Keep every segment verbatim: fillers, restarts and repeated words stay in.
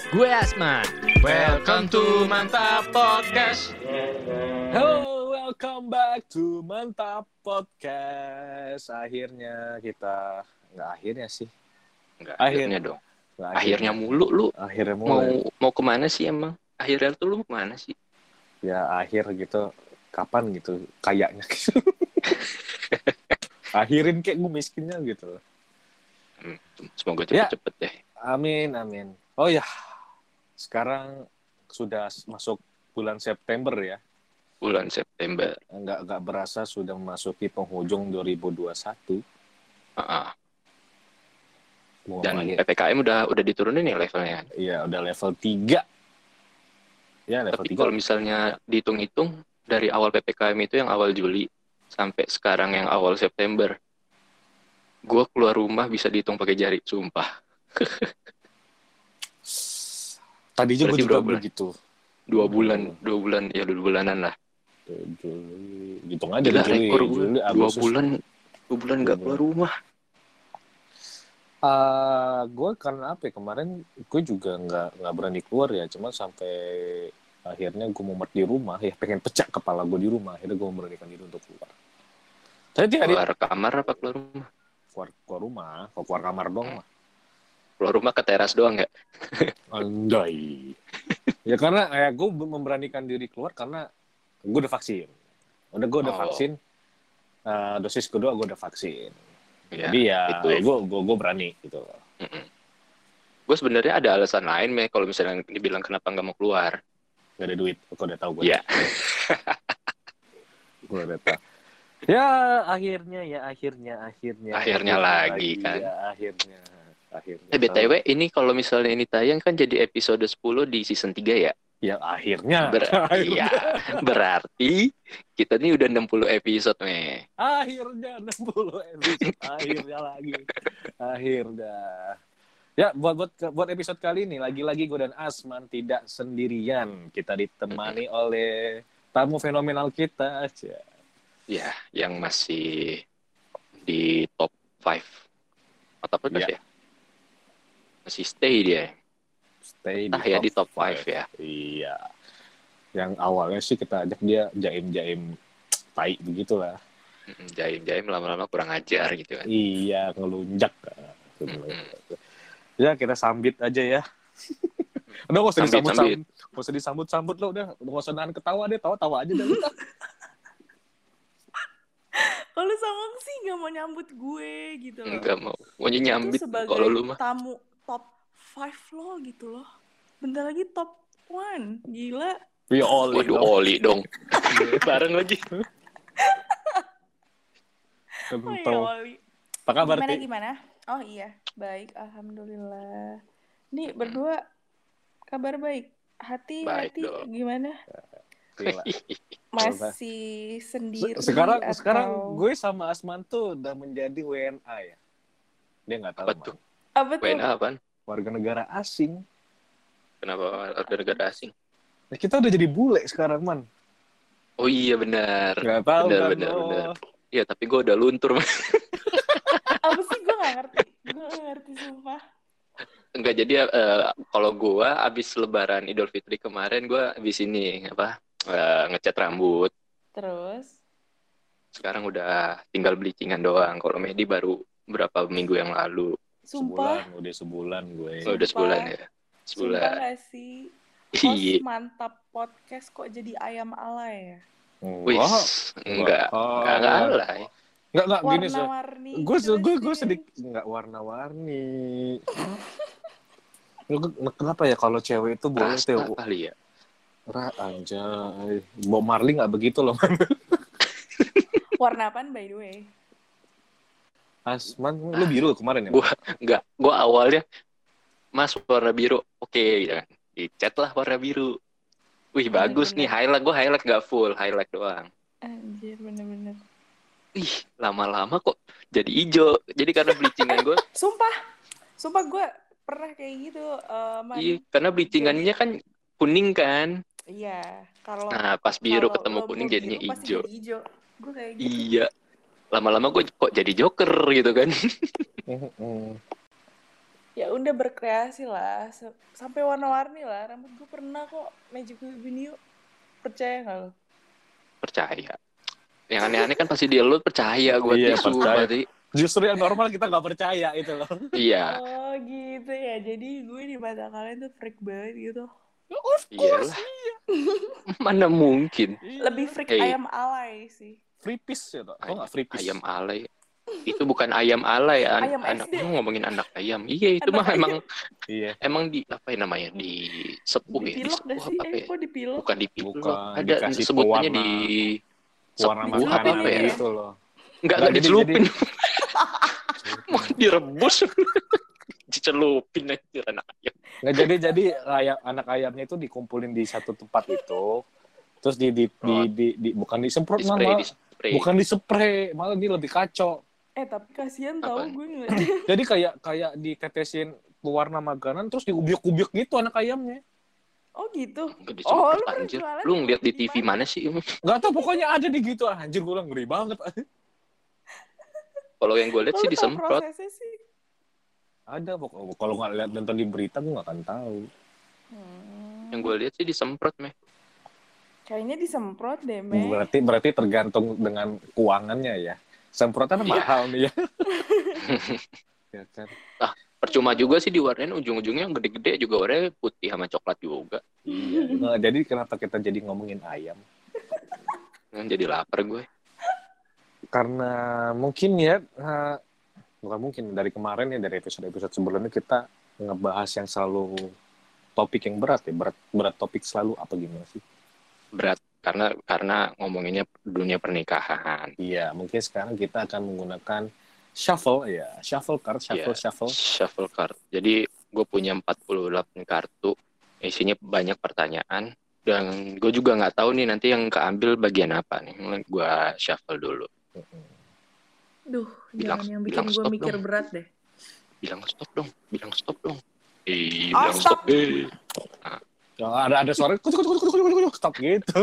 Gue Asman. Welcome to Mantap Podcast. Hello, welcome back to Mantap Podcast. Akhirnya kita, nggak akhirnya sih. Enggak, Akhir. akhirnya dong. Nggak Akhirnya mulu lu. Akhirnya mulu. Mau ya. mau kemana sih emang? Akhirnya tuh lu mau kemana sih? Ya akhir gitu. Kapan gitu? Kayaknya. Akhirin kayak gue miskinnya gitu. Hmm, semoga Ya. cepet-cepet deh. Amin, amin. Oh ya, sekarang sudah masuk bulan September ya. Bulan September. Nggak, nggak berasa sudah memasuki penghujung dua ribu dua puluh satu. Uh-uh. Mau Dan akhir. P P K M udah udah diturunin nih levelnya. Iya, udah level tiga. Ya, level Tapi tiga. kalau misalnya dihitung-hitung dari awal P P K M itu yang awal Juli sampai sekarang yang awal September, gue keluar rumah bisa dihitung pakai jari, sumpah. Tadi juga Berarti juga berapa bulan? begitu. Dua bulan, dua bulan ya dua bulanan lah. Juli, hitung aja Gila, Juli, rekor gue. Juli, Dua Agustus. bulan, dua bulan nggak keluar rumah. Uh, gue karena apa ya, kemarin gue juga nggak nggak berani keluar ya, cuma sampai akhirnya gue mumet di rumah ya, pengen pecah kepala gue di rumah, akhirnya gue memberanikan diri untuk keluar. Tadi hari Keluar kamar apa keluar rumah? keluar, keluar rumah, kalau keluar kamar dong mah. Keluar rumah ke teras doang nggak? Andai. Ya karena ya gue memberanikan diri keluar karena gue udah vaksin. Udah gue udah Oh. vaksin. Uh, dosis kedua gue udah vaksin. Ya, Jadi ya, itu. ya gue gue gue berani gitu. Gue sebenarnya ada alasan lain, me kalau misalnya dibilang kenapa nggak mau keluar. Gak ada duit, kok udah tahu gue. Iya. Gue udah tahu. Ya akhirnya ya akhirnya akhirnya. Akhirnya lagi, kan. Ya akhirnya. Akhirnya. Eh B T W ini kalau misalnya ini tayang kan jadi episode sepuluh di season tiga ya? Ya akhirnya. Ber- akhirnya. Iya. Berarti kita nih udah enam puluh episode, me. Akhirnya enam puluh episode. Akhirnya lagi. Akhirnya. Ya, buat buat buat episode kali ini lagi-lagi gue dan Asman tidak sendirian. Kita ditemani mm-hmm. oleh tamu fenomenal kita aja. Ya, yang masih di top lima atau apa ya. ya? Masih stay dia. Stay Entah di ya top di top lima ya. Iya. Yang awalnya sih kita ajak dia jaim-jaim tai begitulah. Jaim-jaim lama-lama kurang ajar gitu kan. Iya, ngelunjak. Mm-hmm. Ya kita sambit aja ya. Udah gak usah disambut-sambut. Gak usah disambut-sambut lo udah. Udah gak usah nahan ketawa deh. Tawa-tawa aja deh. Kalau Songong sih gak mau nyambut gue gitu loh. Gak mau. Maunya nyambit kalau lu mah. Tamu top lima lo gitu loh. Bentar lagi top satu. Gila. Ya Oli. Waduh dong. Oli dong. Bareng lagi. Oh iya Oli. Apa kabar Gimana gimana? Oh iya, baik, alhamdulillah. Nih berdua kabar baik. Hati baik hati dong. Gimana? Gila. Masih sendiri sekarang atau... sekarang gue sama Asman tuh udah menjadi W N A ya. Dia nggak tahu. Apa tuh? Apa tuh? W N A apaan? Warga negara asing. Kenapa warga negara asing? Nah, kita udah jadi bule sekarang, Man. Oh iya benar. Nggak tahu benar, kan benar, lo. benar. Iya tapi gue udah luntur. Apa sih gue nggak ngerti. Gue nggak ngerti sumpah. Enggak, jadi uh, kalau gue abis lebaran Idul Fitri kemarin gue abis ini apa uh, ngecat rambut. Terus? Sekarang udah tinggal bleachingan doang. Kalau Medi baru berapa minggu yang lalu. Sumpah. Sebulan, udah sebulan gue. Oh, udah sebulan ya. Sebulan. Sumpah gak sih? Iya. Mantap podcast kok jadi ayam alay ya? Wih, enggak, enggak, enggak alay. Enggak, enggak gini sih. Warna-warni. Gue gue gue sedikit enggak warna-warni. Kenapa ya kalau cewek itu boleh tuh kali ya? Ra anjay. Bob Marley enggak begitu loh, Man. Warna apaan by the way? Asman, lu biru kemarin ya? Gua enggak, gua awalnya Mas warna biru. Oke, gitu kan. Dicat lah warna biru. Wih, bener, bagus bener. Nih, highlight gua highlight enggak full, highlight doang. Anjir, bener-bener. Ih, lama-lama kok jadi hijau. Jadi karena bleachingan gua. Sumpah. Sumpah gua pernah kayak gitu, uh, Man. Iya, karena bleachingannya kan kuning kan. Iya, kalau Nah, pas biru kalau ketemu kuning biru, jadinya hijau. Jadi hijau. Gue kayak gitu. Iya. Lama-lama gue kok jadi Joker gitu kan. Ya udah berkreasi lah, S- sampai warna-warni lah. Rambut gue pernah kok Magic Video. Percaya nggak lo? Percaya. Yang aneh-aneh kan pasti dia lu percaya gue Iya, ti sumpah percaya. ti. Justru yang normal kita nggak percaya itu loh. Iya, Oh gitu ya. Jadi gue di mata kalian tuh freak banget gitu. Of course, iyalah. iya. Mana mungkin. Lebih Iya. freak Hey, ayam alay sih. Free piece ya, Tok. Kok ayam, nggak free piece? ayam alay. Itu bukan ayam alay, an- Ayam anak S D. lu ngomongin anak ayam. Iya, itu Anak mah ayam. emang Iya. emang di apa ya namanya? Di sepuh ya, di Dipilok dah sepuh sih. apa Eh ya? kok dipilok? Bukan dipilok. Bukan, Ada dikasih sebutannya pewarna di warna sepuh apa makanan apa ya? gitu loh. Enggak Nggak, enggak jadi- dicelupin. Mau direbus. Dicelupin aja anak ayam. Nggak, jadi jadi ayam, anak ayamnya itu dikumpulin di satu tempat itu, terus di di, di, Oh. di, di- bukan disemprot Di spray, malah, di spray. bukan dispray, malah ini lebih kacau. Eh tapi kasihan tau Apaan? gue ngeliatnya. Jadi kayak kayak ditetesin pewarna makanan terus diubyek-ubyek gitu anak ayamnya. Oh gitu. Enggak Oh, dicelupin lu anjir. berjualan Lu ngeliat di di T V mana sih? Nggak tahu, pokoknya ada di gitu. Anjir, gue bilang ngeri banget. Kalau yang gue lihat Kok sih lu tahu disemprot. prosesnya sih? Ada pokoknya. Kalau nggak lihat nonton di berita gue nggak akan tahu. Hmm. Yang gue lihat sih disemprot, meh. Kayaknya disemprot deh, Meh. Berarti berarti tergantung dengan keuangannya ya. Semprotan Iya. mahal nih ya. Ya kan. Percuma juga sih diwarnain ujung-ujungnya yang gede-gede juga warnanya putih sama coklat juga. Iya. Nah, jadi kenapa kita jadi ngomongin ayam? Nah, jadi lapar gue. Karena mungkin ya, eh, bukan mungkin, dari kemarin ya, dari episode-episode sebelumnya kita ngebahas yang selalu topik yang berat ya, berat berat topik selalu apa gimana sih? Berat karena karena ngomonginnya dunia pernikahan. Iya, mungkin sekarang kita akan menggunakan shuffle ya, shuffle card, shuffle, Iya. shuffle. Shuffle card. Jadi gue punya empat puluh delapan kartu, isinya banyak pertanyaan, dan gue juga nggak tahu nih nanti yang keambil bagian apa nih. Gue shuffle dulu. Duh, Bilang- jangan yang bikin bilang gue stop mikir dong. berat deh. Bilang stop dong, bilang stop dong. Eh, Oh, bilang stop. stop deh. Ya, ada ada suara kutuk kutuk kutuk kutuk kutuk stop gitu.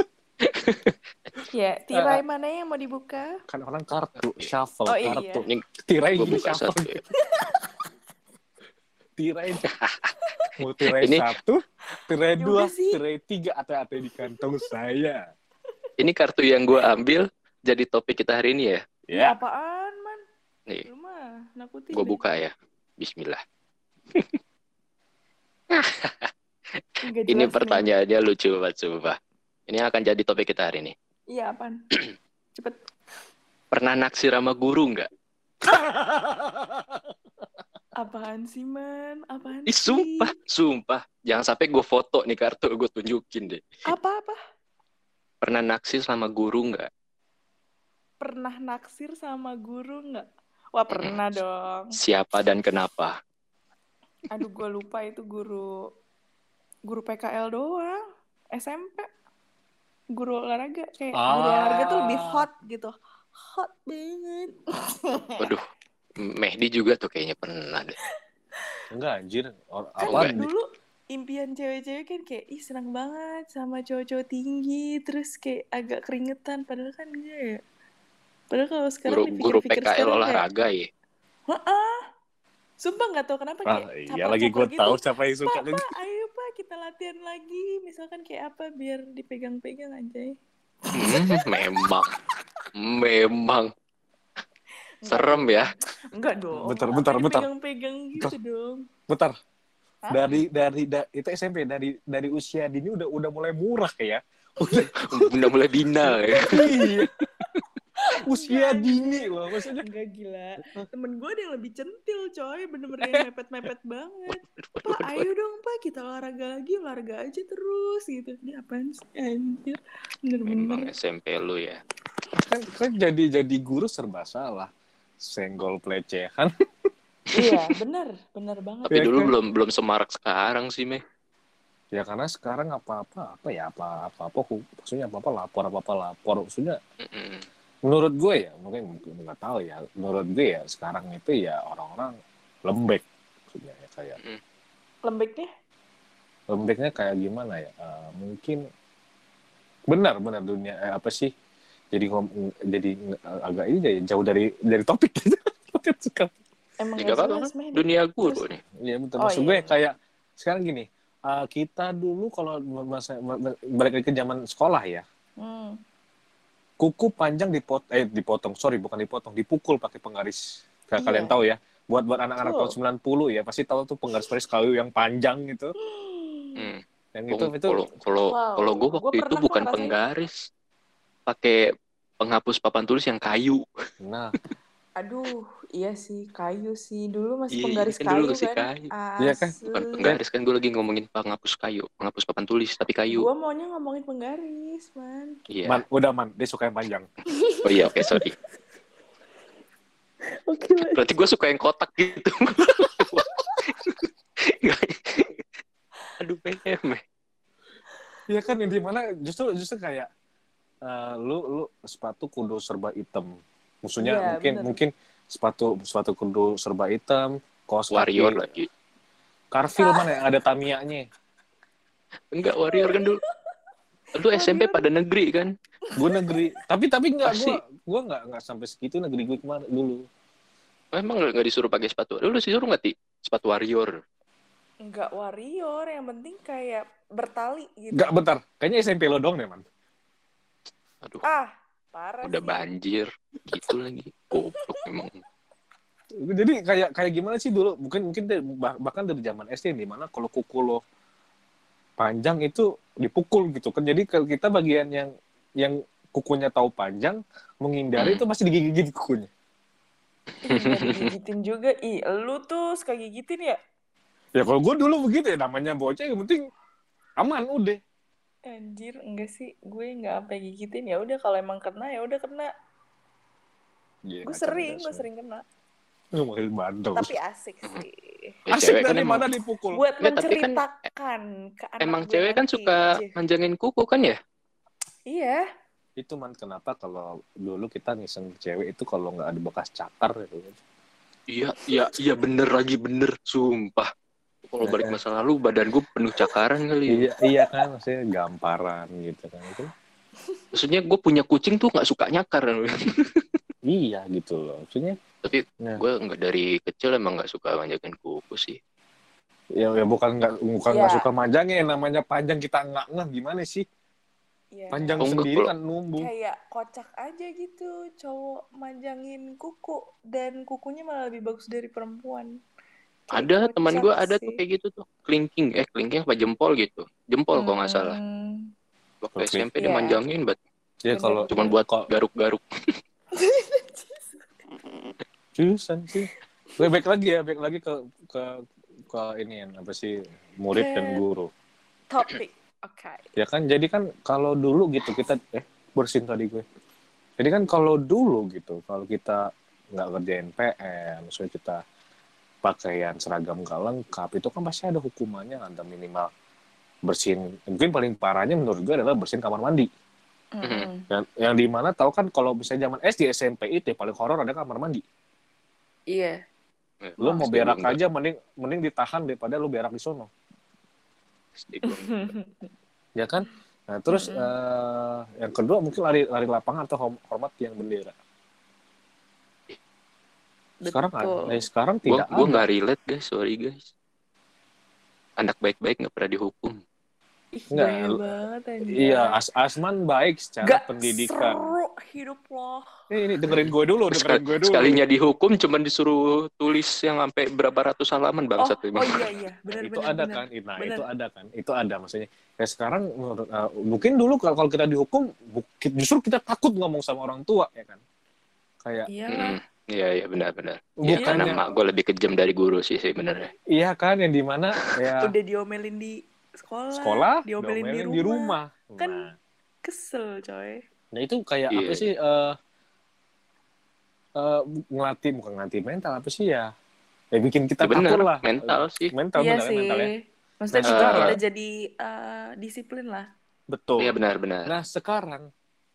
Ya, tirai mana yang mau dibuka? Kan orang kartu Oke. shuffle Oh, iya. kartu. Ini Tirai gue gini buka shuffle. satu ya. Tirai. Mau tirai Ini- satu, tirai Ya dua, udah sih. tirai tiga, ate-ate di kantong saya. Ini kartu yang gue ambil jadi topik kita hari ini ya. Ya, Ya. apaan, man? Nih, Lu mah nakutin gue deh. buka ya. Bismillah. Nggak Ini jelas nih. pertanyaannya lucu banget, sumpah. Ini akan jadi topik kita hari ini. Iya, apaan? Cepet. Pernah naksir sama guru nggak? Apaan sih, man? Apaan Ih, sih? sumpah, sumpah. Jangan sampai gue foto nih kartu, gue tunjukin deh. Apa-apa? Pernah naksir sama guru nggak? Pernah naksir sama guru nggak? Wah, pernah dong. Siapa dan kenapa? Aduh, gue lupa itu guru guru P K L doang. S M P. Guru olahraga. Kayak guru Ah. olahraga tuh lebih hot gitu. Hot banget. Waduh, Mehdi juga tuh kayaknya pernah deh. Enggak anjir. Or, Kan apa? enggak. dulu impian cewek-cewek kan kayak ih senang banget sama cowok-cowok tinggi terus kayak agak keringetan padahal kan enggak ya. Padahal kalau sekarang Guru guru P dipikir-pikir K L sekarang kayak olahraga ya. heeh. Sumpah nggak tahu kenapa Ah, kayak iya lagi gue caper-caper gitu. tahu siapa yang suka. Pak, Pak, ayo Pak kita latihan lagi. Misalkan kayak apa biar dipegang-pegang aja. Hmm, memang, memang serem ya. Enggak dong. Bentar, Apa bentar, bentar. dipegang-pegang gitu dong. Bentar. Hah? Dari dari da, itu S M P, dari dari usia dini udah udah mulai murah ya. Udah Udah mulai bina ya. iya. Usia Enggak, dini loh maksudnya. Enggak gila. Temen gue ada yang lebih centil coy. Bener-bener yang mepet-mepet banget. Pak ayo dong Pak kita olahraga lagi. Olahraga aja terus gitu. Ini apaan sih anjir. Memang Bener-bener. S M P lu ya. Kan, kan jadi jadi guru serba salah. Senggol pelecehan. Iya bener. Bener banget. Tapi Ya dulu kan? belum belum semarak sekarang sih, Meh. Ya karena sekarang apa-apa apa ya apa-apa apa maksudnya apa-apa lapor apa-apa lapor maksudnya Mm-mm. menurut gue ya mungkin mungkin nggak tahu ya menurut gue ya sekarang itu ya orang-orang lembek maksudnya ya kayak Lembeknya? lembeknya kayak gimana ya Eh, mungkin benar benar dunia eh, apa sih jadi ngom- jadi eh, agak ini ya, jauh dari dari topik suka Emang Ya, nggak gak apa-apa jelas, kan? men. Dunia guru Terus? nih. Iya betul. Oh, Maksud iya, gue iya. kayak sekarang gini, uh, kita dulu kalau masa balik lagi ke zaman sekolah ya, Hmm. kuku panjang dipot eh dipotong, sorry bukan dipotong, dipukul pakai penggaris. Kayak Iya. kalian tahu ya, buat buat anak-anak Betul. tahun sembilan puluh ya pasti tahu tuh penggaris-penggaris kayu yang panjang gitu. Hmm. Yang itu Kalau itu kalau kalau Wow. kalau gue Gua waktu itu pernah kok bukan ngerasain. penggaris, pakai penghapus papan tulis yang kayu. nah, Aduh, iya sih, kayu sih. Dulu masih Iya, penggaris kan dulu kayu sih kan? kayu. iya kan? Bukan Asli. penggaris kan, gue lagi ngomongin penghapus kayu, penghapus papan tulis tapi kayu. Gua maunya ngomongin penggaris, man. Iya. Man, udah man, dia suka yang panjang. Oh iya, oke, sorry. Oke, Berarti gue suka yang kotak gitu. Aduh, meme. Iya kan, yang dimana justru justru kayak uh, lu lu sepatu kudu serba hitam. Maksudnya Iya, mungkin bener. mungkin sepatu sepatu kudu serba hitam, kaos Warrior kaki lagi. Carville mana yang ada Tamiya-nya. Enggak, Warrior kan dulu. Lu S M P Warrior. pada negeri kan? Gue negeri, tapi tapi enggak Pasti. gue gue enggak enggak sampai segitu negeri gue kemarin dulu. Oh, emang nggak disuruh pakai sepatu? Lu disuruh nggak, Ti? Sepatu Warrior. Enggak warrior, yang penting kayak bertali gitu. Enggak, bentar. Kayaknya S M P lo dong deh, man. Aduh, Ah, parah udah sih. banjir. Gitu lagi. Goblok memang. Jadi kayak kayak gimana sih dulu? Mungkin mungkin dari- bah- bahkan dari zaman S D di mana kalau kuku lo panjang itu dipukul gitu kan. Jadi kalau kita bagian yang yang kukunya tahu panjang, menghindari Hmm. itu masih digigit kukunya. Ih, nggak digigitin juga. Ih, lu tuh suka gigitin ya? Ya kalau gue dulu begitu ya, namanya bocah yang penting aman udah. Anjir, enggak sih. Gue nggak sampai gigitin. Ya udah, kalau emang kena ya udah kena. Iya, Gue nggak sering, cerdas, gue ya. sering kena. Lu makin bandel. Tapi asik sih. Ya, Asik cewek kan dari emang, mana dipukul. Buat Nggak, tapi kan menceritakan ke anak emang gue cewek kan nanti. suka Jeh. manjangin kuku kan ya? Iya. Itu man kenapa kalau dulu kita ngiseng cewek itu kalau nggak ada bekas cakar gitu. Iya, iya, iya bener lagi, bener. Sumpah. Kalau balik masa lalu, badan gue penuh cakaran kali. Iya, iya kan, maksudnya gamparan gitu kan. Itu Maksudnya gue punya kucing tuh nggak suka nyakar. iya gitu loh. Maksudnya Tapi nah, gue nggak dari kecil emang nggak suka manjangin kuku sih. ya, ya bukan nggak bukan Iya. nggak suka manjangnya, namanya panjang kita nggak ngeh gimana sih? Iya. Panjang Oh, enggak, sendiri kalau- kan numbuh. Kayak kocak aja gitu cowok manjangin kuku dan kukunya malah lebih bagus dari perempuan. Kayak Ada teman kocak gue ada sih. tuh kayak gitu tuh, kelingking, eh kelingking apa jempol gitu, jempol kalau nggak salah. Hmm. Waktu Oke. S M P dia Iya. manjangin, bat, Ya Bener. kalau cuman buat kok garuk-garuk. jurusan sih. Lebih baik lagi ya, baik lagi ke ke ke ini yang apa sih murid Ke- dan guru. Topik. Oke. Ya kan, jadi kan kalau dulu gitu kita eh bersin tadi gue. Jadi kan kalau dulu gitu, kalau kita nggak kerjain P M, misalnya kita pakaian seragam nggak lengkap, itu kan pasti ada hukumannya, ada minimal bersihin. Mungkin paling parahnya menurut gue adalah bersihin kamar mandi. Mm-mm. Yang, yang dimana tahu kan kalau misalnya zaman S D S M P itu yang paling horor ada kamar mandi. Iya. Lu Wah, mau S D berak gua enggak. aja mending mending ditahan daripada lu berak di sono. S D gua enggak. Ya kan? Nah, terus Mm-mm. eh, yang kedua mungkin lari lari lapangan atau hom- hormat tiang bendera. Sekarang Betul. ada. Nah, sekarang Gue tidak gue ada. nggak relate guys, sorry guys. Anak baik-baik nggak pernah dihukum. Ih, Nggak, gaya lu- banget anjay. Iya, As Asman baik secara Gak pendidikan. seru hidup lo. Ini, ini dengerin gue dulu, dengerin Sekal- gue dulu. sekalinya dihukum cuman disuruh tulis yang sampai berapa ratus halaman Oh, bangsat oh memang. iya iya, Nah, benar itu benar ada benar. kan, nah Benar. itu ada kan, itu ada maksudnya. Ya sekarang menurut, uh, mungkin dulu kalau kalau kita dihukum, bu- justru kita takut ngomong sama orang tua ya kan, kayak Iyalah. Mm, Iya iya benar-benar. Ya, karena bukannya, mak gue lebih kejam dari guru sih sebenarnya. iya kan, yang dimana ya Udah diomelin di sekolah, sekolah, diomelin, diomelin di rumah. Kan Nah, kesel coy. nah itu kayak Iya. apa sih? eh eh, ngelatih bukan ngelatih mental apa sih ya? Ya bikin kita Ya bener, takut lah. mental sih. Mental Iya benar sih. mental ya. Maksudnya Nah, bikin sekarang- kita jadi eh, disiplin lah. Betul. Iya benar-benar. Nah sekarang,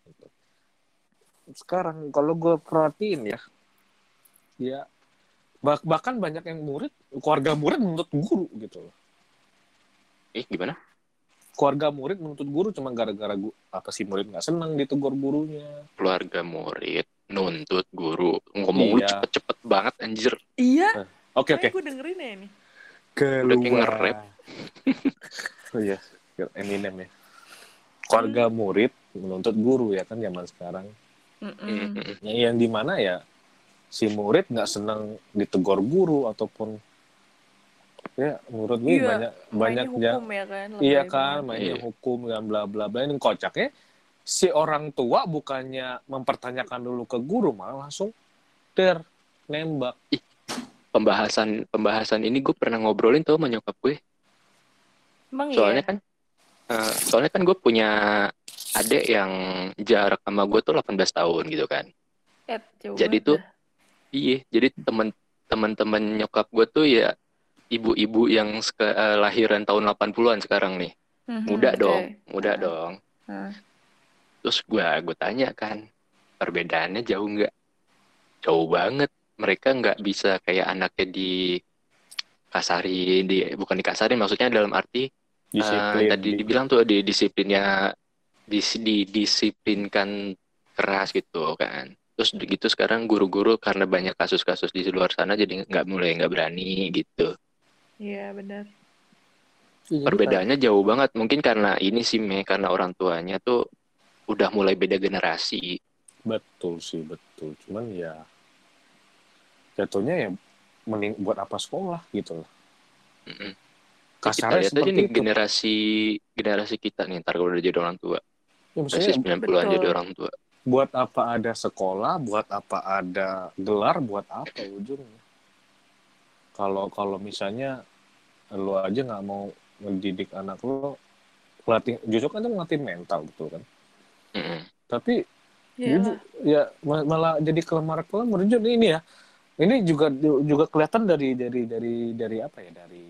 sekarang kalau gue perhatiin ya, ya bah- bahkan banyak yang murid, keluarga murid menuntut guru gitu loh. Eh gimana? Keluarga murid menuntut guru cuma gara-gara gu- apa sih murid nggak senang ditegur gurunya. Keluarga murid nuntut guru. Ngomong lu Iya. cepet-cepet banget anjir. Iya. Oke oke. Makanya gue dengerin ya ini. Udah kayak nge-rap. Oh iya, Eminem ya. Keluarga murid menuntut guru ya kan zaman sekarang. Mm-mm. Mm-mm. Ya, yang di mana ya si murid nggak senang ditegur guru ataupun ya menurut gue Iya, banyak banyak mainnya ya hukum ya kan. iya lebay kan banget. mainnya Iya. hukum dan bla bla bla. Yang kocaknya si orang tua bukannya mempertanyakan dulu ke guru malah langsung ter nembak. Pembahasan pembahasan ini gue pernah ngobrolin tuh sama nyokap gue. Emang Soalnya iya? kan eh, soalnya kan gue punya adik yang jarak sama gue tuh delapan belas tahun gitu kan. Eh, jauh Jadi banget tuh dah. iya, jadi teman teman-teman nyokap gue tuh ya ibu-ibu yang seka- eh, lahiran tahun delapan puluhan sekarang nih. Mhm, Muda oke. dong, muda Ah, dong. ah. Terus gue gue tanya kan, perbedaannya jauh nggak? Jauh banget. Mereka nggak bisa kayak anaknya dikasarin, di bukan dikasarin, maksudnya dalam arti eh, Disiplin tadi di dibilang tuh di disiplinnya dis, didisiplinkan keras gitu kan. Terus begitu sekarang guru-guru karena banyak kasus-kasus di luar sana jadi nggak mulai nggak berani gitu. Iya, benar. Jadi, Perbedaannya jauh banget. Mungkin karena ini sih Me, karena orang tuanya tuh udah mulai beda generasi. betul sih betul cuman ya jatuhnya ya mending buat apa sekolah gitu loh. Mm-mm. Ya, kita Kasarnya lihat aja seperti nih itu. generasi generasi kita nih ntar kalau udah jadi orang tua. Ya, Generasi maksudnya sembilan puluhan Betul. jadi orang tua. buat apa ada sekolah, buat apa ada gelar, buat apa ujungnya? Kalau kalau misalnya lo aja nggak mau mendidik anak lo, pelatih justru kan itu ngelatih mental betul kan? Mm-mm. Tapi Iyalah. jujur, ya ma- malah jadi kelemar-kelemar jujur ini ya. Ini juga juga kelihatan dari dari dari dari apa ya dari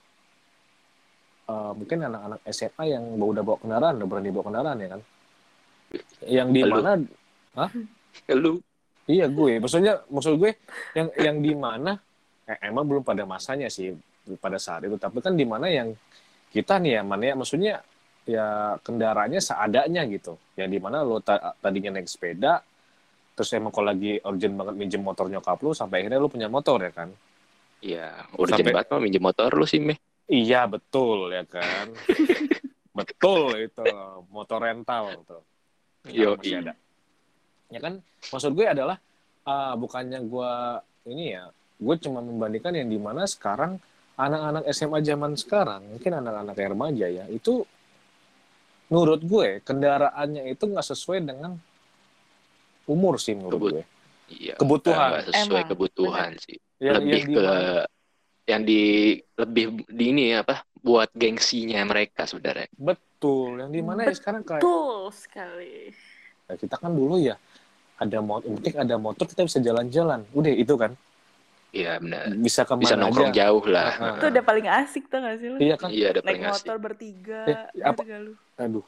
eh, mungkin anak-anak S M A yang udah bawa kendaraan, udah berani bawa kendaraan ya kan? Yang di Lu. mana? Lu. Iya gue, maksudnya maksud gue yang yang di mana eh, emang belum pada masanya sih pada saat itu, tapi kan di mana yang kita nih ya mana ya maksudnya ya kendaraannya seadanya gitu. Yang di mana lo ta- tadinya naik sepeda, terus emang kalau lagi urgent banget minjem motor nyokap lo sampai akhirnya lo punya motor ya kan? Ya, urgent Sampai- banget mah minjem motor lu sih, Meh. Iya betul ya kan, betul itu motor rental tuh. Yo, Sekarang masih ada. Ya kan, maksud gue adalah ah, bukannya gue ini ya, gue cuma membandingkan yang dimana sekarang anak-anak S M A zaman sekarang, mungkin anak-anak remaja ya, itu menurut gue kendaraannya itu nggak sesuai dengan umur sih menurut Kebut- gue. iya. Kebutuhan. Nggak sesuai Emang, kebutuhan sih. Yang, Lebih yang ke dimana, yang di lebih di ini apa? Buat gengsinya mereka sebenarnya. betul, yang dimana ya sekarang kayak Betul sekali. ya kita kan dulu ya ada motor, yang penting ada motor kita bisa jalan-jalan, udah itu kan Iya benar. bisa kemana Bisa nongkrong aja. jauh lah. Heeh. Itu udah paling asik tuh gak sih lu? Iya kan, Iya, ada Naik paling asik. motor bertiga. Eh, apa- Gitu gak lu? aduh,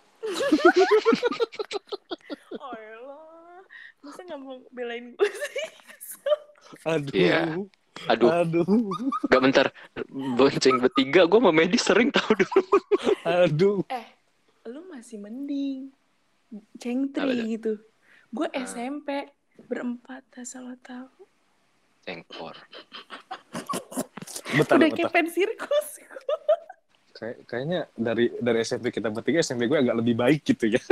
Oh elah. Masa gak mau belain gue sih? aduh, Iya. Aduh, aduh, gak bentar. Bonceng bertiga, gue sama Medi sering tahu dulu. aduh. Eh, lu masih mending. Cengtri Apa tuh? gitu. Gue Ah. S M P berempat, asal lo tahu. Cengkor. Bentar, Udah bentar. kayak pen sirkus. Kayak, kayaknya dari dari S M P kita bertiga, S M P gue agak lebih baik gitu ya.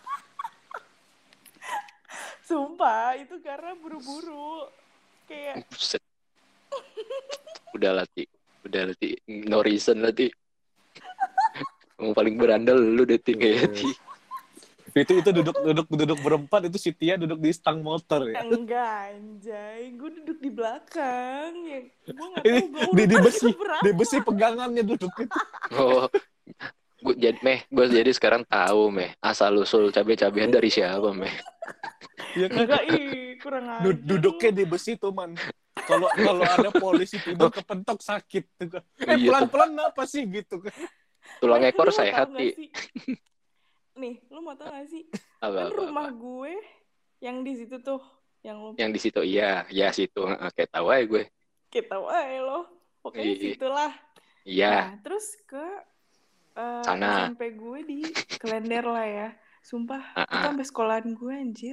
Sumpah, itu karena buru-buru. Kayak, Buset. Udah latih. Udah latih. No reason latih. Yang paling berandal lu deh kayaknya. itu itu duduk duduk duduk berempat itu si Tia duduk di stang motor ya. enggak anjay. Gue duduk di belakang. Ya, gue gak Ini tahu gue di, di urutan besi keberapa. di besi pegangannya duduk itu. Oh, gue jadi meh, gue jadi sekarang tahu meh asal usul cabai-cabian dari siapa meh. Ya kan? Enggak, ih, kurang aja. Du- duduknya di besi tuh man. Kalau kalau ada polisi tiba kepentok sakit tuh kan. Eh Iya, pelan-pelan apa sih gitu kan. tulang Eh, ekor lu mau tahu sehat nggak sih. sih? Nih, lu mau tau gak sih? Apa, Kan apa, rumah apa. gue yang di situ tuh, yang lu Yang di situ iya, ya situ Heeh, kayak tahu aja gue. kita wae lo. Pokoknya Iya. situlah. Iya, Nah, terus ke eh, Sana. S M P gue di Klender lah ya. Sumpah, itu Heeh. sampai sekolahan gue anjir.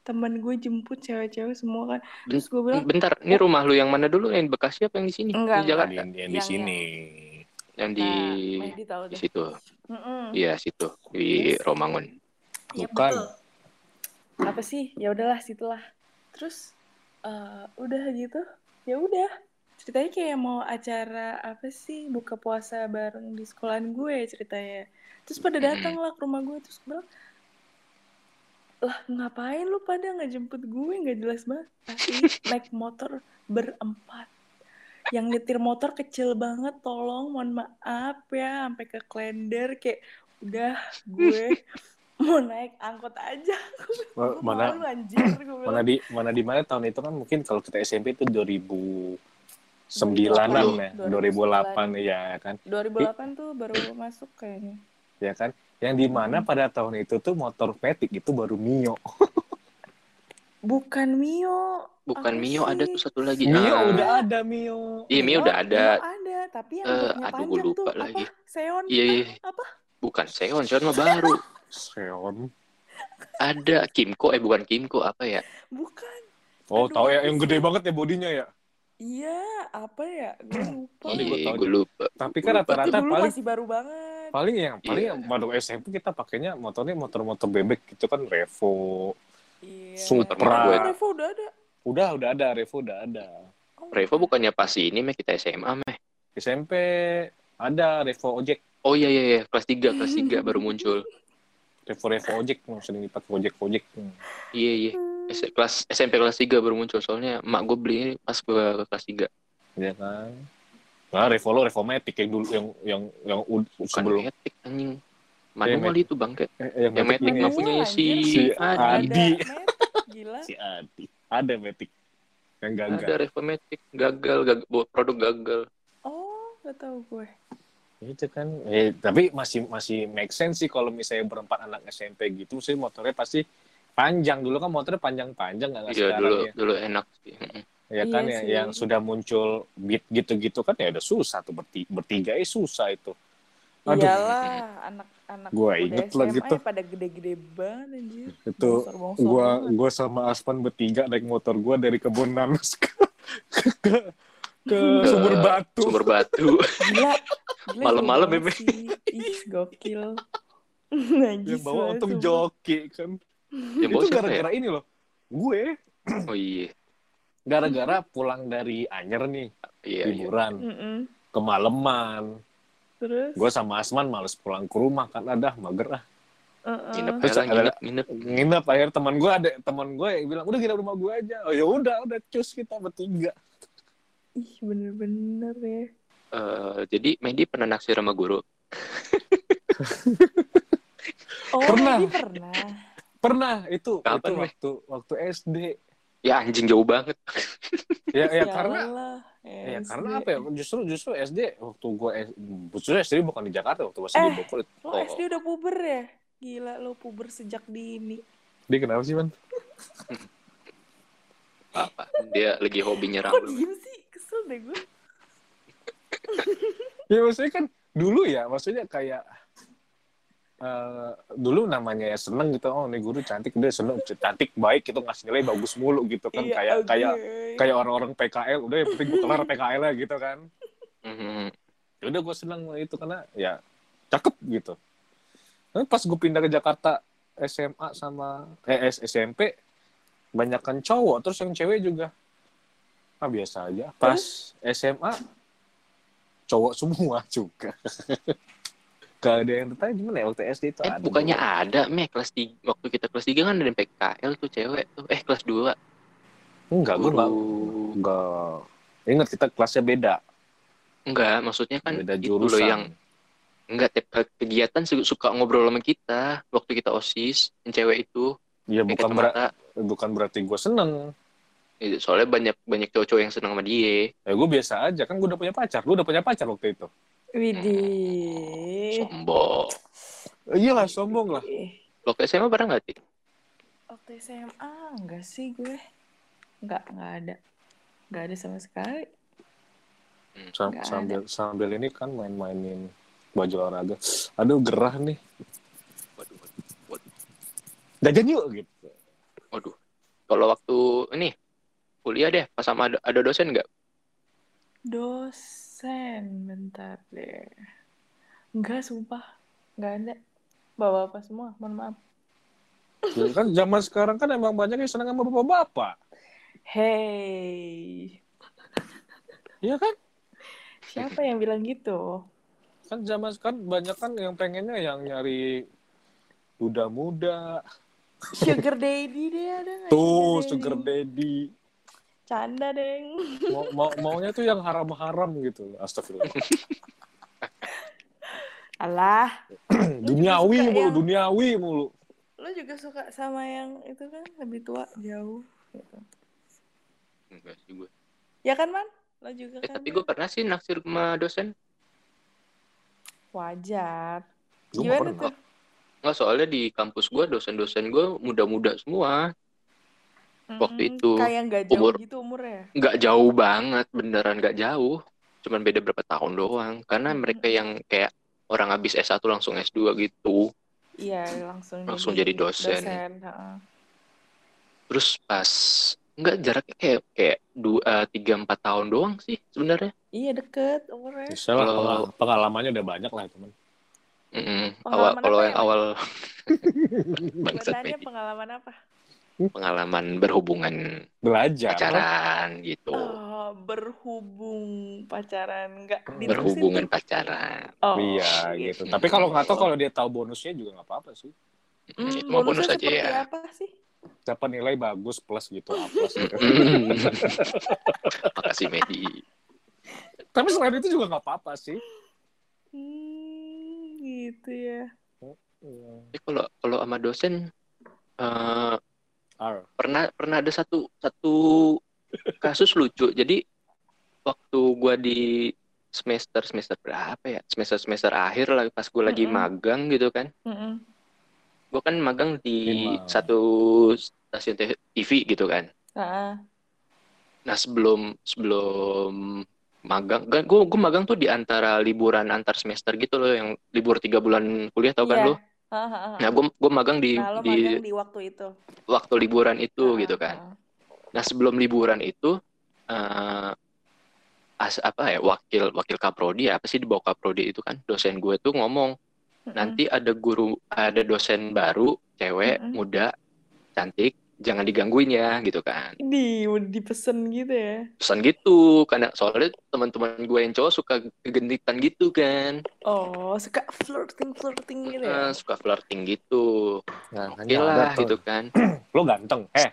temen gue jemput cewek-cewek semua kan. Ben- Terus gue bilang, bentar, ini rumah lu yang mana dulu? Yang di Bekasi apa yang di sini? Enggak, Di enggak. Jakarta? Yang, yang di Yang- sini. Yang di nah, Mehdi tahu di deh. situ. Mm-mm. Iya, situ di Yes. Romangun. Iya, Bukan. betul. Apa sih? Ya udahlah situlah. Terus eh, udah gitu, ya udah. Ceritanya kayak mau acara apa sih buka puasa bareng di sekolahan gue ceritanya. Terus pada datang lah ke rumah gue, terus gue bilang, lah ngapain lu pada nggak jemput gue, nggak jelas banget. Asli naik motor berempat. Yang nyetir motor kecil banget, tolong mohon maaf ya, sampai ke Klender kayak udah gue mau naik angkot aja. Ma- Gue mana- malu anjir, gue Mana bilang. di mana di mana tahun itu kan mungkin kalau kita S M P itu dua ribu sembilanan ya, dua ribu delapan ya kan. dua ribu delapan tuh baru masuk kayaknya. Ya kan? Yang di mana Hmm. pada tahun itu tuh motor Matic itu baru Mio. Bukan Mio. Bukan Apa Mio, sih? ada tuh satu lagi. Mio Ah, udah ada Mio. Iya, Mio udah ada. Mio ada, tapi yang Eh, bootnya aduh, panjang gue lupa tuh lagi. apa? Seon? Iya, iya. Apa? Bukan Seon, Seon mah baru. Seon. Ada Kimco, eh bukan Kimco, apa ya? Bukan. Oh, Aduh, tahu ya apa yang sih? gede banget ya bodinya ya. Iya, apa ya? Gue lupa. Paling gua Iya, tahu gue deh. lupa. Tapi kan Lupa. Itu rata-rata dulu paling masih baru banget. paling yang paling Iya. yang baru S M P kita pakainya motornya motor-motor bebek gitu kan, Revo. Iya. Supra. Oh, Revo udah ada. Udah udah ada Revo udah ada. Oh, Revo bukannya pas ini meh kita S M A meh. S M P ada Revo Ojek. Oh iya iya iya, kelas tiga, kelas tiga baru muncul. Revo Revo Ojek sering dipakai Ojek Ojek. Hmm. Iya iya. S- kelas S M P kelas tiga baru muncul, soalnya emak gue beli pas gue ke kelas tiga. Iya kan. Nah, Revo lo Revo Matic yang dulu yang yang yang ud- Bukan sebelum Matic anjing. Manual Matic. itu bangke. eh, Yang Matic ini. mah punya si Si Adi. Adi. Ada Matic, gila. Si Adi. Ada Matic yang gagal. Ada Revo Matic gagal, gagal produk gagal. Oh, gak tahu gue. Itu kan. Eh, tapi masih masih make sense sih kalau misalnya berempat anak S M P gitu sih motornya pasti panjang. Dulu kan motornya panjang-panjang nggak Iya sekarang dulu ya. dulu enak sih. Ya Iya kan ya, sih. yang sudah muncul beat gitu-gitu kan ya udah susah tuh bertiga, bertiga eh susah itu. Aduh. Iyalah, anak-anak Gua udah inget S lah M A gitu. ya pada gede-gede banget anjir. Itu Bongsor-bongsor gua banget. gua sama Aspan bertiga naik motor gua dari kebun nanas ke ke, ke Ke sumber batu. Sumber batu. Gila. Gila Malam-malam, jauh banget Bebe. sih. Ih, gokil. Najis Yang bawa banget, untung sumpah. joki kan. Yang bawa Itu siapa ya? gara-gara ini loh. Gue Oh iya. gara-gara pulang dari Anyer nih Iya iya. liburan Mm-mm. kemalaman. Terus? Gue sama Asman males pulang ke rumah kan ada mager ah. Uh-uh. Nginep Terus ya lah, nginep, ada- nginep. Nginep akhirnya teman gue ada teman gue yang bilang udah nginep rumah gue aja. Oh ya udah udah cus kita bertiga. Ih, bener-bener ya. Eh, jadi Mehdi pernah naksir sama guru. Oh, Pernah. Mehdi pernah. Pernah itu Kapan, itu Weh? waktu waktu S D. Ya anjing jauh banget. Ya ya Sialan karena lah, ya S D. karena apa ya justru justru S D waktu gue justru S D bukan di Jakarta waktu masih Eh. di Bogor. Lo S D udah puber ya? Gila, lo puber sejak dini. Dia kenapa sih man? Apa? Dia lagi hobi nyerang Kok lu. diem sih? Kesel deh gue. Ya maksudnya kan dulu ya maksudnya kayak eh, dulu namanya ya seneng gitu, oh nih guru cantik, dia seneng cantik baik gitu ngasih nilai bagus mulu gitu kan. Iya, kayak oke. kayak kayak orang-orang P K L udah yang penting gue kelar P K L lah gitu kan. Mhm. Ya udah gue seneng itu karena ya cakep gitu. Tapi pas gue pindah ke Jakarta S M A sama eh S- SMP banyakan cowok terus yang cewek juga ah biasa aja. Pas S M A cowok semua juga. Gak ada yang tertarik gimana ya waktu S D itu Eh, ada. bukannya dulu. ada, meh kelas tiga, waktu kita kelas tiga kan ada P K L tuh cewek tuh. Eh, kelas dua. Enggak, gue enggak. Guru. Enggak. Ingat kita kelasnya beda. Enggak, maksudnya kan Beda itu loh jurusan. yang enggak tiap kegiatan su- suka ngobrol sama kita waktu kita OSIS, yang cewek itu. Ya Kayak bukan ber- kacamata. bukan berarti gue seneng. Itu, soalnya banyak banyak cowok-cowok yang senang sama dia. Ya gue biasa aja kan gue udah punya pacar. Lu udah punya pacar waktu itu. Widih. Sombong. Eh, iyalah sombong lah. Waktu S M A pernah nggak sih? Waktu S M A enggak sih gue. Enggak, enggak ada. Enggak ada sama sekali. Sam- Nggak sambil sambil ini kan main-mainin baju olahraga. Aduh gerah nih. Waduh, waduh, waduh. Jajan yuk gitu. Waduh. Kalau waktu ini kuliah deh, pas sama ada, ada dosen nggak? Dosen, bentar deh. Enggak, sumpah. Enggak ada. Bapak-bapak semua, mohon maaf. Ya kan zaman sekarang kan emang banyak yang senang sama bapak-bapak. Hey, Iya kan? siapa yang bilang gitu? Kan zaman sekarang banyak kan yang pengennya yang nyari duda muda. Sugar daddy deh, ada nggak Tuh, sugar sugar daddy? daddy. Canda, deng. Mau, mau maunya tuh yang haram-haram gitu. Astagfirullah. Alah, lu juga Duniawi suka mulu, yang duniawi mulu. lu juga suka sama yang itu kan lebih tua jauh gitu. Enggak sih gue. Ya kan, Man? Lo juga Eh kan? tapi gue pernah sih naksir sama dosen. Wajar. Gue gak Gimana pernah. tuh? Nggak, soalnya di kampus gue dosen-dosen gue muda-muda semua waktu Mm, itu. kayak nggak jauh Umur gitu umurnya. nggak jauh banget, beneran nggak jauh. Cuman beda berapa tahun doang. Karena Mm-mm. mereka yang kayak orang habis S satu langsung S dua gitu. Iya, langsung, Langsung jadi jadi dosen. dosen. Ha-ha. Terus pas nggak jaraknya kayak kayak dua tiga empat tahun doang sih sebenarnya. Iya, deket umurnya. Bisa lah, Kalau pengal- pengalamannya udah banyak lah teman. mm-mm, awal Pengalaman kalau apa yang ya, Man? awal Gue bangsat tanya Medi. pengalaman apa? Pengalaman berhubungan Belajar. pacaran gitu. Oh, berhubung pacaran nggak diterusin Berhubungan tuh. pacaran. Oh, Iya gitu. gitu. Tapi kalau nggak tahu, kalau dia tahu bonusnya juga nggak apa-apa sih. Hmm, Hmm, itu mah bonus bonusnya aja seperti ya. apa sih? Dapat nilai bagus plus gitu, A plus gitu. Mm-mm. Makasih Medi. Tapi selain itu juga nggak apa-apa sih. Hmm, gitu ya. Tapi kalau kalau sama dosen eh, R. pernah pernah ada satu satu kasus lucu. Jadi waktu gua di semester semester berapa ya? Semester semester akhir lah pas gua lagi Mm-mm. magang gitu kan. Mm-mm. Gua kan magang di Minimal. satu stasiun T V gitu kan. Ah, Nah sebelum sebelum magang, kan gue gue magang tuh di antara liburan antar semester gitu loh, yang libur tiga bulan kuliah tau kan iya. lo. Ah, ah, ah, Nah ah. gue gue magang di Nah, lo di magang di waktu itu. waktu liburan itu Ah, gitu ah, kan. ah. Nah sebelum liburan itu eh, as apa ya wakil wakil kaprodi apa sih di bawah kaprodi itu kan dosen gue tuh ngomong Mm-mm. nanti ada guru ada dosen baru cewek Mm-mm. muda cantik jangan digangguin ya gitu kan. Di udah dipesen gitu ya. Pesan gitu karena soalnya teman-teman gue yang cowok suka kegenitan gitu kan. Oh, suka flirting flirting gitu Eh, ya. suka flirting gitu. Nah, Oke lah gitu kan. Lo ganteng. Eh,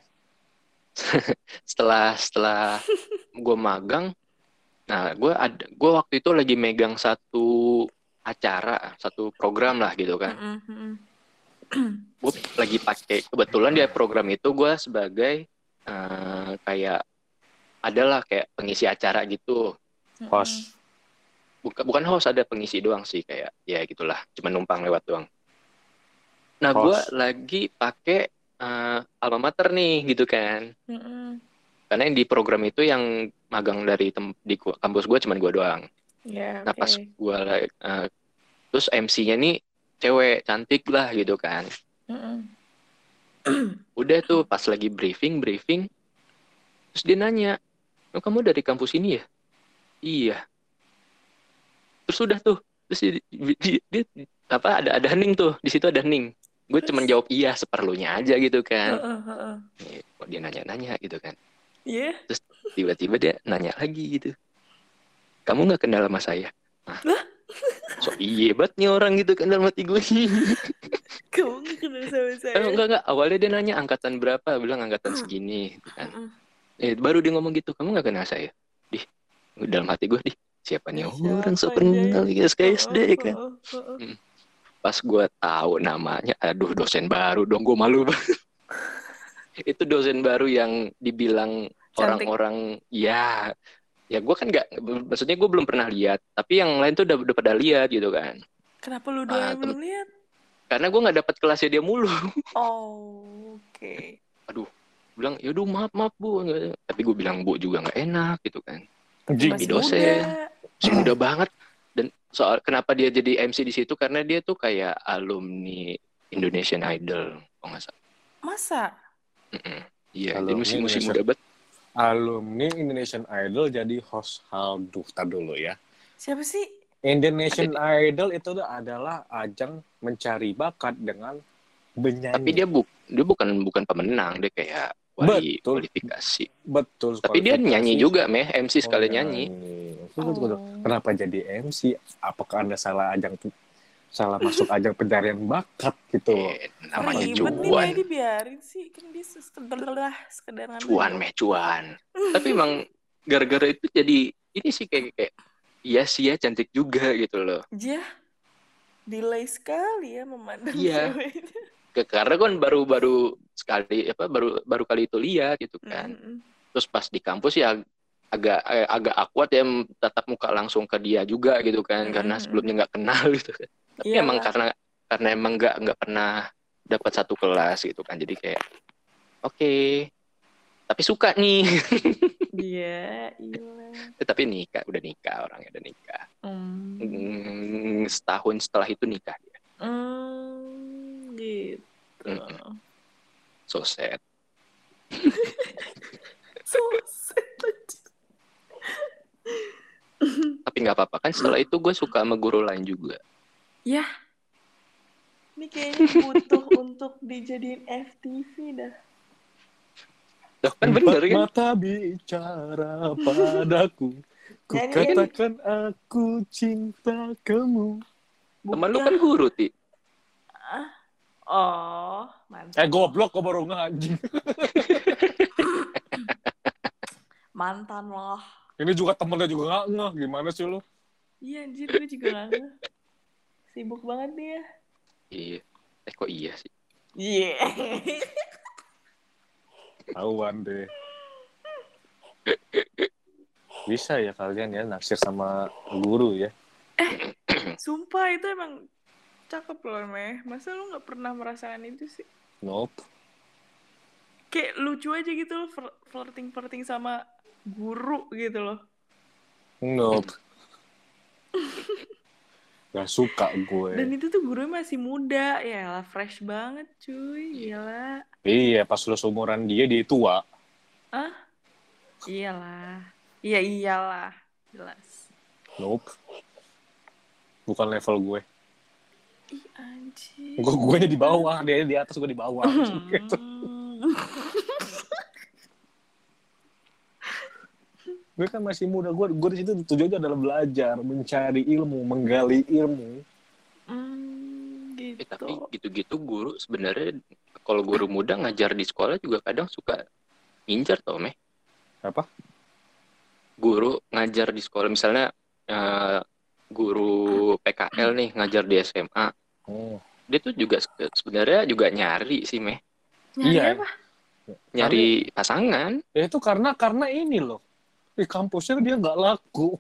Setelah setelah gue magang, nah gue ada gue waktu itu lagi megang satu acara, satu program lah gitu kan. Mm-mm, mm-mm. Gue lagi pakai kebetulan dia program itu gue sebagai eh, kayak adalah kayak pengisi acara gitu. Mm-mm. host. Bukan bukan host, ada pengisi doang sih kayak ya gitulah, cuma numpang lewat doang. Nah gue Host. lagi pakai eh, alma mater nih gitu kan. Mm-mm. Karena yang di program itu yang magang dari tem- di ku- kampus gue cuman gue doang. Ya, Nah oke. pas gue uh, terus M C-nya nih cewek cantik lah gitu kan. Mm-mm. Udah tuh pas lagi briefing briefing, terus dia nanya, oh, kamu dari kampus ini ya? Iya. Terus udah tuh, terus dia, dia, dia- apa ada ada hening tuh, di situ ada hening. Gue cuman jawab iya seperlunya aja gitu kan. Heeh, heeh. Eh, Kok dia nanya-nanya gitu kan. Iya. Terus tiba-tiba dia nanya lagi gitu. Kamu nggak kenal sama saya? Hah? So iya banget nih orang gitu kan dalam hati gue. Kamu nggak kenal sama saya. Eh, enggak enggak awalnya dia nanya angkatan berapa, bilang angkatan segini gitu kan. Mm-mm. Eh baru dia ngomong gitu, kamu nggak kenal saya? Dih, dalam hati gue, dih siapa nih orang so Siapa, kenal Jay? S K S D Heeh, kan. heeh, heeh. Hmm. Pas gue tahu namanya, aduh dosen baru dong, gue malu banget. Itu dosen baru yang dibilang Cantik. orang-orang ya ya gue kan nggak, maksudnya gue belum pernah lihat, tapi yang lain tuh udah udah pada lihat gitu kan. Kenapa lu Ah, doang tem- belum lihat? Karena gue nggak dapat kelasnya dia mulu. Oh, oke. Aduh, bilang yaudah maaf maaf bu, tapi gue bilang bu juga nggak enak gitu kan. Jing. Masih dosen. muda. Masih muda banget. Dan soal kenapa dia jadi M C di situ, karena dia tuh kayak alumni Indonesian Idol, kalau nggak salah. Masa? Mm-mm. Iya, jadi Alumni masih masih Indonesia muda banget. alumni Indonesian Idol jadi host Halduh tar dulu ya. Siapa sih? Indonesian Idol itu adalah ajang mencari bakat dengan Tapi menyanyi. dia bu dia bukan bukan pemenang, dia kayak wali Betul, kualifikasi. betul Tapi dia nyanyi kualifikasi. juga, meh, M C Oh sekalian nyanyi. nyanyi. Oh. Kenapa jadi M C? Apakah Anda salah ajang salah masuk ajang pencarian bakat gitu loh? Eh, namanya Apa Ribet nih, gimana? cuan. kayak dibiarin sih. Kan dia sekedar sekedar Cuan, ngambil. meh, cuan. Tapi emang gara-gara itu jadi ini sih kayak kayak iya sih ya, cantik juga gitu loh. Dia delay sekali ya memandang Iya. cewek. Ke- Karena kan baru-baru sekali apa baru baru kali itu lihat gitu kan. Mm-mm. Terus pas di kampus ya agak eh, agak awkward ya tatap muka langsung ke dia juga gitu kan, karena Mm-mm. sebelumnya nggak kenal gitu kan. Tapi emang Iyalah. karena karena emang nggak nggak pernah dapat satu kelas gitu kan, jadi kayak oke, tapi suka nih. Iya, iya. Eh, tapi nikah, udah nikah, orangnya udah nikah. Hmm. Hmm, setahun setelah itu nikah dia. Hmm, gitu. Mm-mm. So sad. So sad aja. Tapi nggak apa-apa kan, setelah itu gue suka sama guru lain juga. Ya, ini kayaknya butuh untuk dijadiin F T V dah. Loh, kan bener Empat kan? mata bicara padaku, ku Nyanyiin. katakan aku cinta kamu. Teman lu Ya. kan guru, Ti. Oh, mantap. Eh goblok, kok baru anjing. Mantan loh. Ini juga temennya juga nggak ngeh, gimana sih lu? Iya anjir, gue juga gak ngeh. Sibuk banget dia. Iya. Eh kok iya sih? Iya. Tahuan deh. Bisa ya kalian ya naksir sama guru ya? Sumpah itu emang cakep loh, Meh. Masa lu gak pernah merasakan itu sih? Nope. Kayak lucu aja gitu loh, flir- flirting-flirting sama guru gitu loh. Nope. Gak suka gue. Dan itu tuh gurunya masih muda. Ya lah, fresh banget cuy. Gila. Iya, pas lu seumuran dia, dia tua. Ah? Iyalah. Iya iyalah. Jelas. Nope. Bukan level gue. Ih anjir. Gue gue di bawah, dia di atas, gue di bawah. Gitu. Hmm. Gue kan masih muda, gue gue di situ tujuannya adalah belajar, mencari ilmu, menggali ilmu. Hmm, gitu. Eh tapi gitu-gitu guru sebenarnya kalau guru muda ngajar di sekolah juga kadang suka ngincer tau, Meh. Apa? Guru ngajar di sekolah misalnya eh, guru P K L nih ngajar di S M A. Oh. Dia tuh juga se- sebenarnya juga nyari sih, Meh. Nyari Iya. apa? Nyari pasangan. Ya itu karena karena ini loh. Di kampusnya dia nggak laku.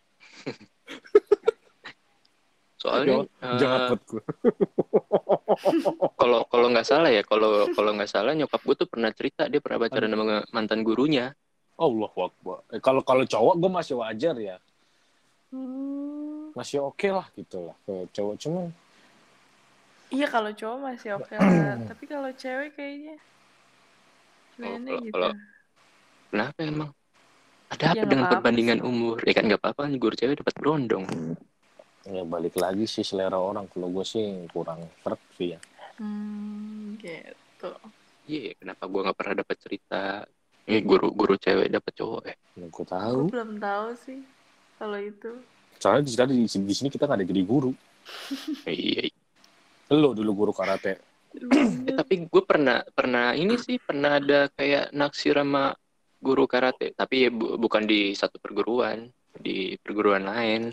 Soalnya Jangan- jangan eh, buat gue. kalau kalau nggak salah ya, kalau kalau nggak salah nyokap gue tuh pernah cerita dia pernah pacaran sama mantan gurunya. Allahu Akbar. Eh, kalau kalau cowok gue masih wajar ya. Hmm. Masih oke lah gitu lah. Kalau cowok cuman Iya kalau cowok masih oke lah. Tapi kalau cewek kayaknya gimana Kalau- gitu. kalau- Kenapa emang? Ada Ya, apa nggak dengan apa-apa perbandingan sih. umur? Ya kan nggak apa-apa, guru cewek dapat berondong. ya balik lagi sih selera orang. Kalau gue sih kurang perk sih ya. Hmm, gitu. Iya, kenapa gue nggak pernah dapat cerita? Ini guru-guru cewek dapat cowok ya? Yang gue Gue tahu. belum tahu sih kalau itu. Soalnya di, di, di sini kita nggak ada jadi guru. Iya. Lo dulu guru karate. Eh, tapi gue pernah pernah ini sih pernah ada kayak naksir sama guru karate, tapi bu- bukan di satu perguruan, di perguruan lain.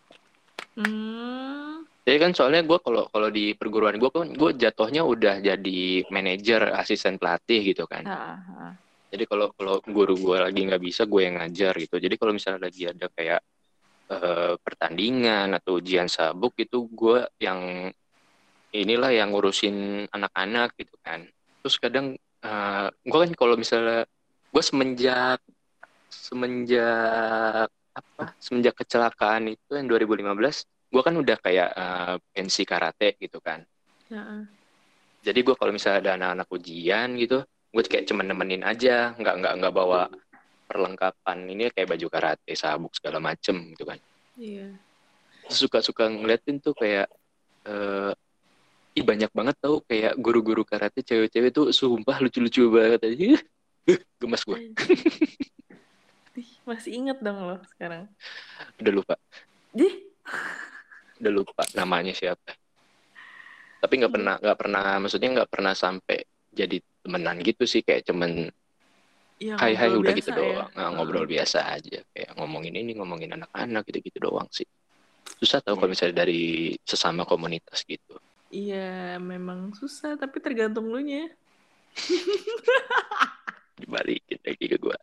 Hmm. Jadi kan soalnya gue kalau kalau di perguruan gue kan gue jatuhnya udah jadi manajer, asisten pelatih gitu kan. Ah, ah. Jadi kalau kalau guru gue lagi nggak bisa, gue yang ngajar gitu. Jadi kalau misalnya lagi ada kayak eh, pertandingan atau ujian sabuk itu gue yang inilah yang ngurusin anak-anak gitu kan. Terus kadang eh, gue kan kalau misalnya gue semenjak semenjak apa semenjak kecelakaan itu yang dua ribu lima belas gue kan udah kayak eh, pensi karate gitu kan. Ah, ah. Jadi gue kalau misalnya ada anak-anak ujian gitu, gue kayak cuma nemenin aja, nggak nggak nggak bawa perlengkapan ini kayak baju karate, sabuk segala macem gitu kan. Iya. Suka-suka ngeliatin tuh kayak eh ih banyak banget tau kayak guru-guru karate cewek-cewek tuh sumpah lucu-lucu banget aja. Gemes gue. Ih, masih inget dong lo sekarang. Udah lupa. Dih. Udah lupa namanya siapa. Tapi nggak pernah nggak pernah maksudnya nggak pernah sampai jadi temenan gitu sih, kayak cuman Ya, hai hai ngobrol udah biasa gitu ya. doang. Nah, ngobrol biasa aja kayak ngomongin ini ngomongin anak-anak gitu-gitu doang sih. Susah tau kalau misalnya dari sesama komunitas gitu. Iya, memang susah tapi tergantung lu nya. Dibalikin lagi ke gue.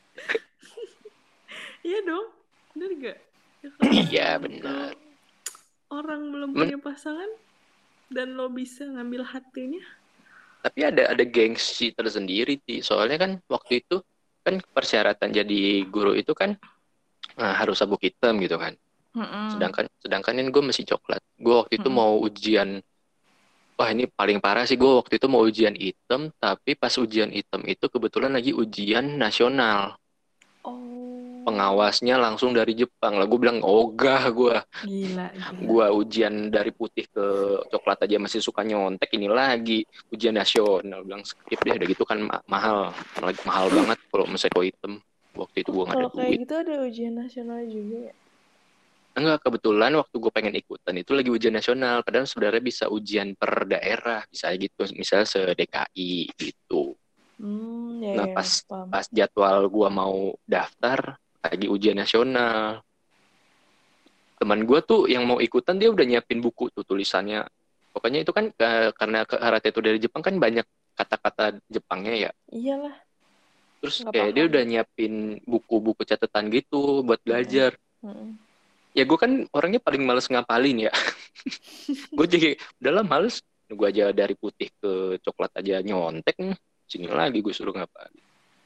Iya dong, bener gak? Ya, Iya kalau benar. orang belum Men- punya pasangan dan lo bisa ngambil hatinya. Tapi ada ada gengsi tersendiri sih. Soalnya kan waktu itu kan persyaratan jadi guru itu kan nah, harus sabuk hitam gitu kan. Mm-mm. Sedangkan sedangkan ini gue masih coklat. Gue waktu itu Mm-mm. mau ujian. Wah ini paling parah sih, gue waktu itu mau ujian hitam, tapi pas ujian hitam itu kebetulan lagi ujian nasional. Oh. Pengawasnya langsung dari Jepang lah. Gue bilang ogah gue. Gila, gila. Gue ujian dari putih ke coklat aja masih suka nyontek, ini lagi ujian nasional. Bilang skip deh, udah gitu kan ma- mahal. Lagi mahal banget kalau meseko hitam. Waktu itu gue nggak ada Kalau kayak duit. gitu ada ujian nasional juga ya? Enggak, kebetulan waktu gue pengen ikutan itu lagi ujian nasional. Padahal sebenarnya bisa ujian per daerah, bisa gitu, misalnya se-D K I gitu. Hmm, ya, Nah ya, pas paham. pas jadwal gue mau daftar lagi ujian nasional, teman gue tuh yang mau ikutan dia udah nyiapin buku tuh tulisannya. Pokoknya itu kan eh, karena karate itu dari Jepang kan banyak kata-kata Jepangnya ya. Iyalah. Terus Nggak kayak dia paham. udah nyiapin buku-buku catatan gitu buat belajar. Mm-mm. Ya gue kan orangnya paling males ngapalin ya. Gue jadi udahlah males. Gue aja dari putih ke coklat aja nyontek. Sini lagi gue suruh ngapalin.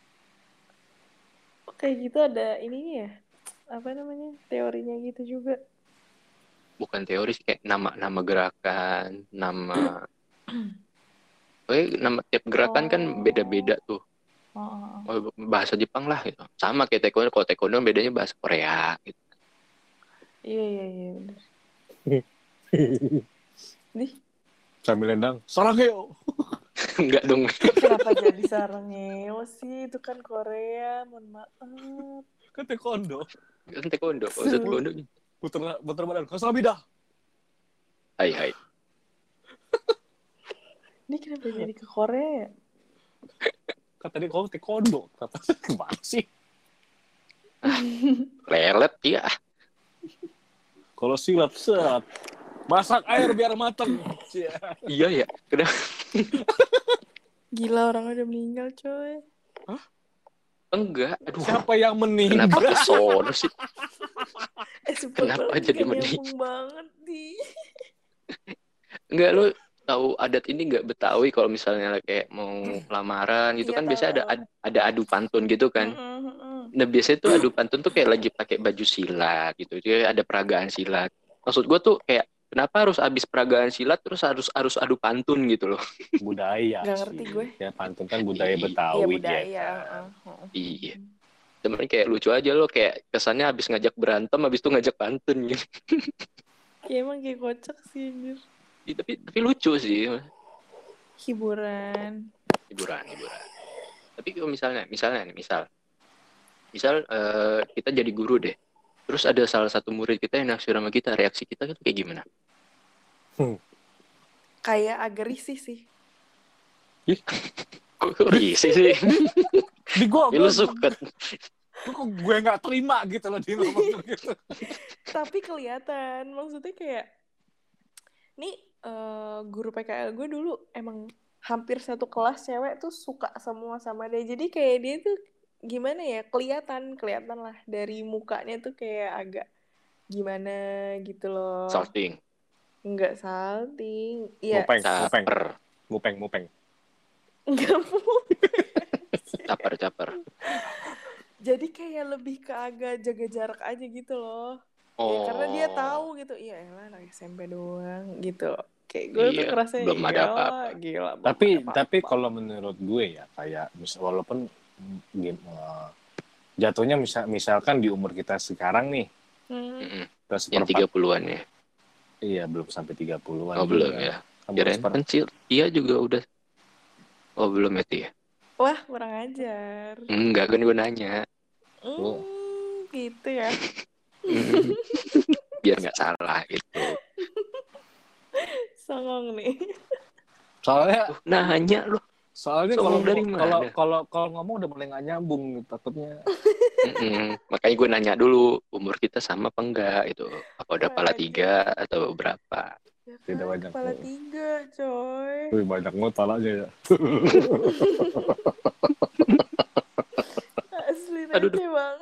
Kayak gitu ada ininya ya? Apa namanya? Teorinya gitu juga. Bukan teori sih, kayak nama-nama gerakan, nama Oke, nama tiap gerakan kan Oh. beda-beda tuh. Oh. Oh, bahasa Jepang lah gitu. Sama kayak taekwondo, kalau taekwondo bedanya bahasa Korea gitu. Iya, iya, iya, bener. Nih, Sambil nendang, Sarangeo. Enggak dong. kenapa jadi Sarangeo sih? Itu kan Korea, mohon maaf. Kan taekwondo. Kan taekwondo, kalau usah taekwondo gitu. Puter, puter badan. Kasabida. Hai hai. Ini kenapa jadi ke Korea ya? Kata dia, kau taekwondo. Kata gimana sih? Lelet ya. Kalau silat, set. Masak air biar mateng. Iya ya. Kenapa? Gila, orang udah meninggal, coy. Hah? Enggak. Aduh. Siapa yang meninggal? Kenapa ke sono sih? Eh, super Kenapa banget, jadi gak meninggal? nyambung banget, di. Enggak, lu tahu adat ini enggak Betawi kalau misalnya kayak mau lamaran gitu Iya, kan tahu, biasanya ada tahu. ad- ada adu pantun gitu kan. Mm-mm, mm-mm. Nah biasanya tuh adu pantun tuh kayak lagi pakai baju silat gitu. Jadi ada peragaan silat. Maksud gue tuh kayak kenapa harus habis peragaan silat terus harus harus adu pantun gitu loh. Budaya Nggak sih. ngerti gue. Ya pantun kan budaya Iya, Betawi. Iya, budaya. Ya kan? uh-uh. Iya. Cuman kayak lucu aja loh, kayak kesannya habis ngajak berantem habis itu ngajak pantun gitu. Kayak emang kayak kocak sih, anjir. Iya, tapi tapi lucu sih. Hiburan. Hiburan, hiburan. Tapi kalau misalnya, misalnya nih, misal misal eh, kita jadi guru deh. Terus ada salah satu murid kita yang naksir sama kita, reaksi kita itu kayak gimana? Kayak agak risih sih. Kok, kok risih sih? Di gua, Ya, gua, lu suka. kok gue nggak terima gitu loh dia ngomong gitu. Tapi kelihatan, maksudnya kayak nih eh, guru P K L gue dulu emang hampir satu kelas cewek tuh suka semua sama dia. Jadi kayak dia tuh gimana ya, kelihatan, kelihatan lah dari mukanya tuh kayak agak gimana gitu loh. Salting. Enggak salting. Iya. Mupeng, mupeng, Caper. mupeng, mupeng. Enggak mau. Caper, caper. Jadi kayak lebih ke agak jaga jarak aja gitu loh. Oh. Ya karena dia tahu gitu. Iya elah anak S M P doang gitu. Kayak gue tuh Iya, ngerasanya belum ada gila, apa-apa. gila. belum Tapi ada tapi apa-apa. kalau menurut gue ya kayak mis- walaupun mm, gim- eh, jatuhnya misal misalkan di umur kita sekarang nih Hmm. Mm-mm. kita Yang seperempat tiga puluhan ya. iya belum sampai tiga puluhan Oh belum juga. ya. Kan baru Kirain seper- kan Cia Tia juga udah. Oh belum ya Tia. Wah, kurang ajar. Enggak kan gue nanya. Lu Hmm, gitu ya. Mm. Biar nggak salah gitu. Songong nih. soalnya Uh, nanya loh. soalnya kalau Songong dari kalau mana? kalau kalau ngomong udah mulai nggak nyambung takutnya. Mm-mm. Makanya gue nanya dulu umur kita sama apa enggak itu. Apa udah Kurang pala ajar. tiga atau berapa? Ya Tidak kan, banyak kepala tuh. tiga, coy. Wih, banyak banget palanya ya. Asli Aduh, receh bang.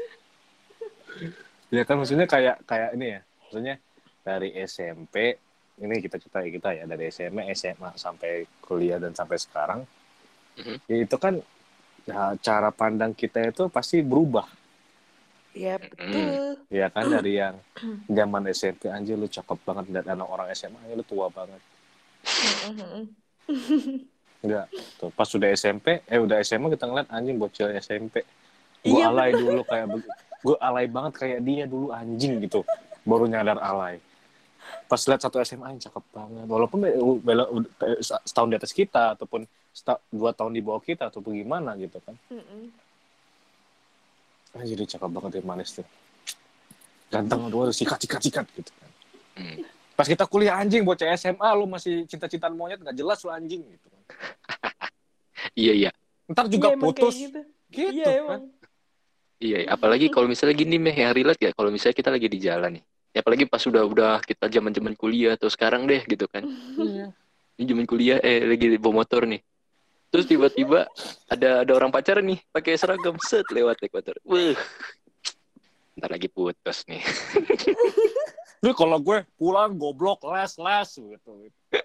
Ya kan maksudnya kayak kayak ini ya. Maksudnya dari S M P ini kita kita kita ya dari S M P S M A sampai kuliah dan sampai sekarang Mhm. ya itu kan ya, cara pandang kita itu pasti berubah Ya betul. ya kan dari yang zaman S M P anjir lu cakep banget dan anak orang S M A lu tua banget enggak tuh pas sudah S M P eh udah S M A kita ngeliat anjing bocil S M P gue Iya, alay bener. dulu kayak gue alay banget kayak dia dulu anjing gitu baru nyadar alay pas lihat satu S M A yang cakep banget walaupun be- bela- eh, setahun di atas kita ataupun seta- dua tahun di bawah kita ataupun gimana gitu kan Mm-mm. ah, jadi cakep banget ya manis tuh ganteng dua sikat sikat sikat gitu kan Hmm. pas kita kuliah anjing bocah S M A lu masih cinta-cintaan monyet nggak jelas lu anjing gitu kan Iya iya. ntar juga Iya, emang putus kayak gitu. gitu Iya, kan emang. Iya, apalagi kalau misalnya gini meh yang relate ya, kalau misalnya kita lagi di jalan nih. Ya, apalagi pas udah udah kita zaman-zaman kuliah atau sekarang deh gitu kan. iya Ini zaman kuliah eh lagi bawa motor nih. Terus tiba-tiba ada ada orang pacaran nih pakai seragam set lewat naik motor. Wah. Ntar lagi putus nih. lu kalau gue pulang goblok les les gitu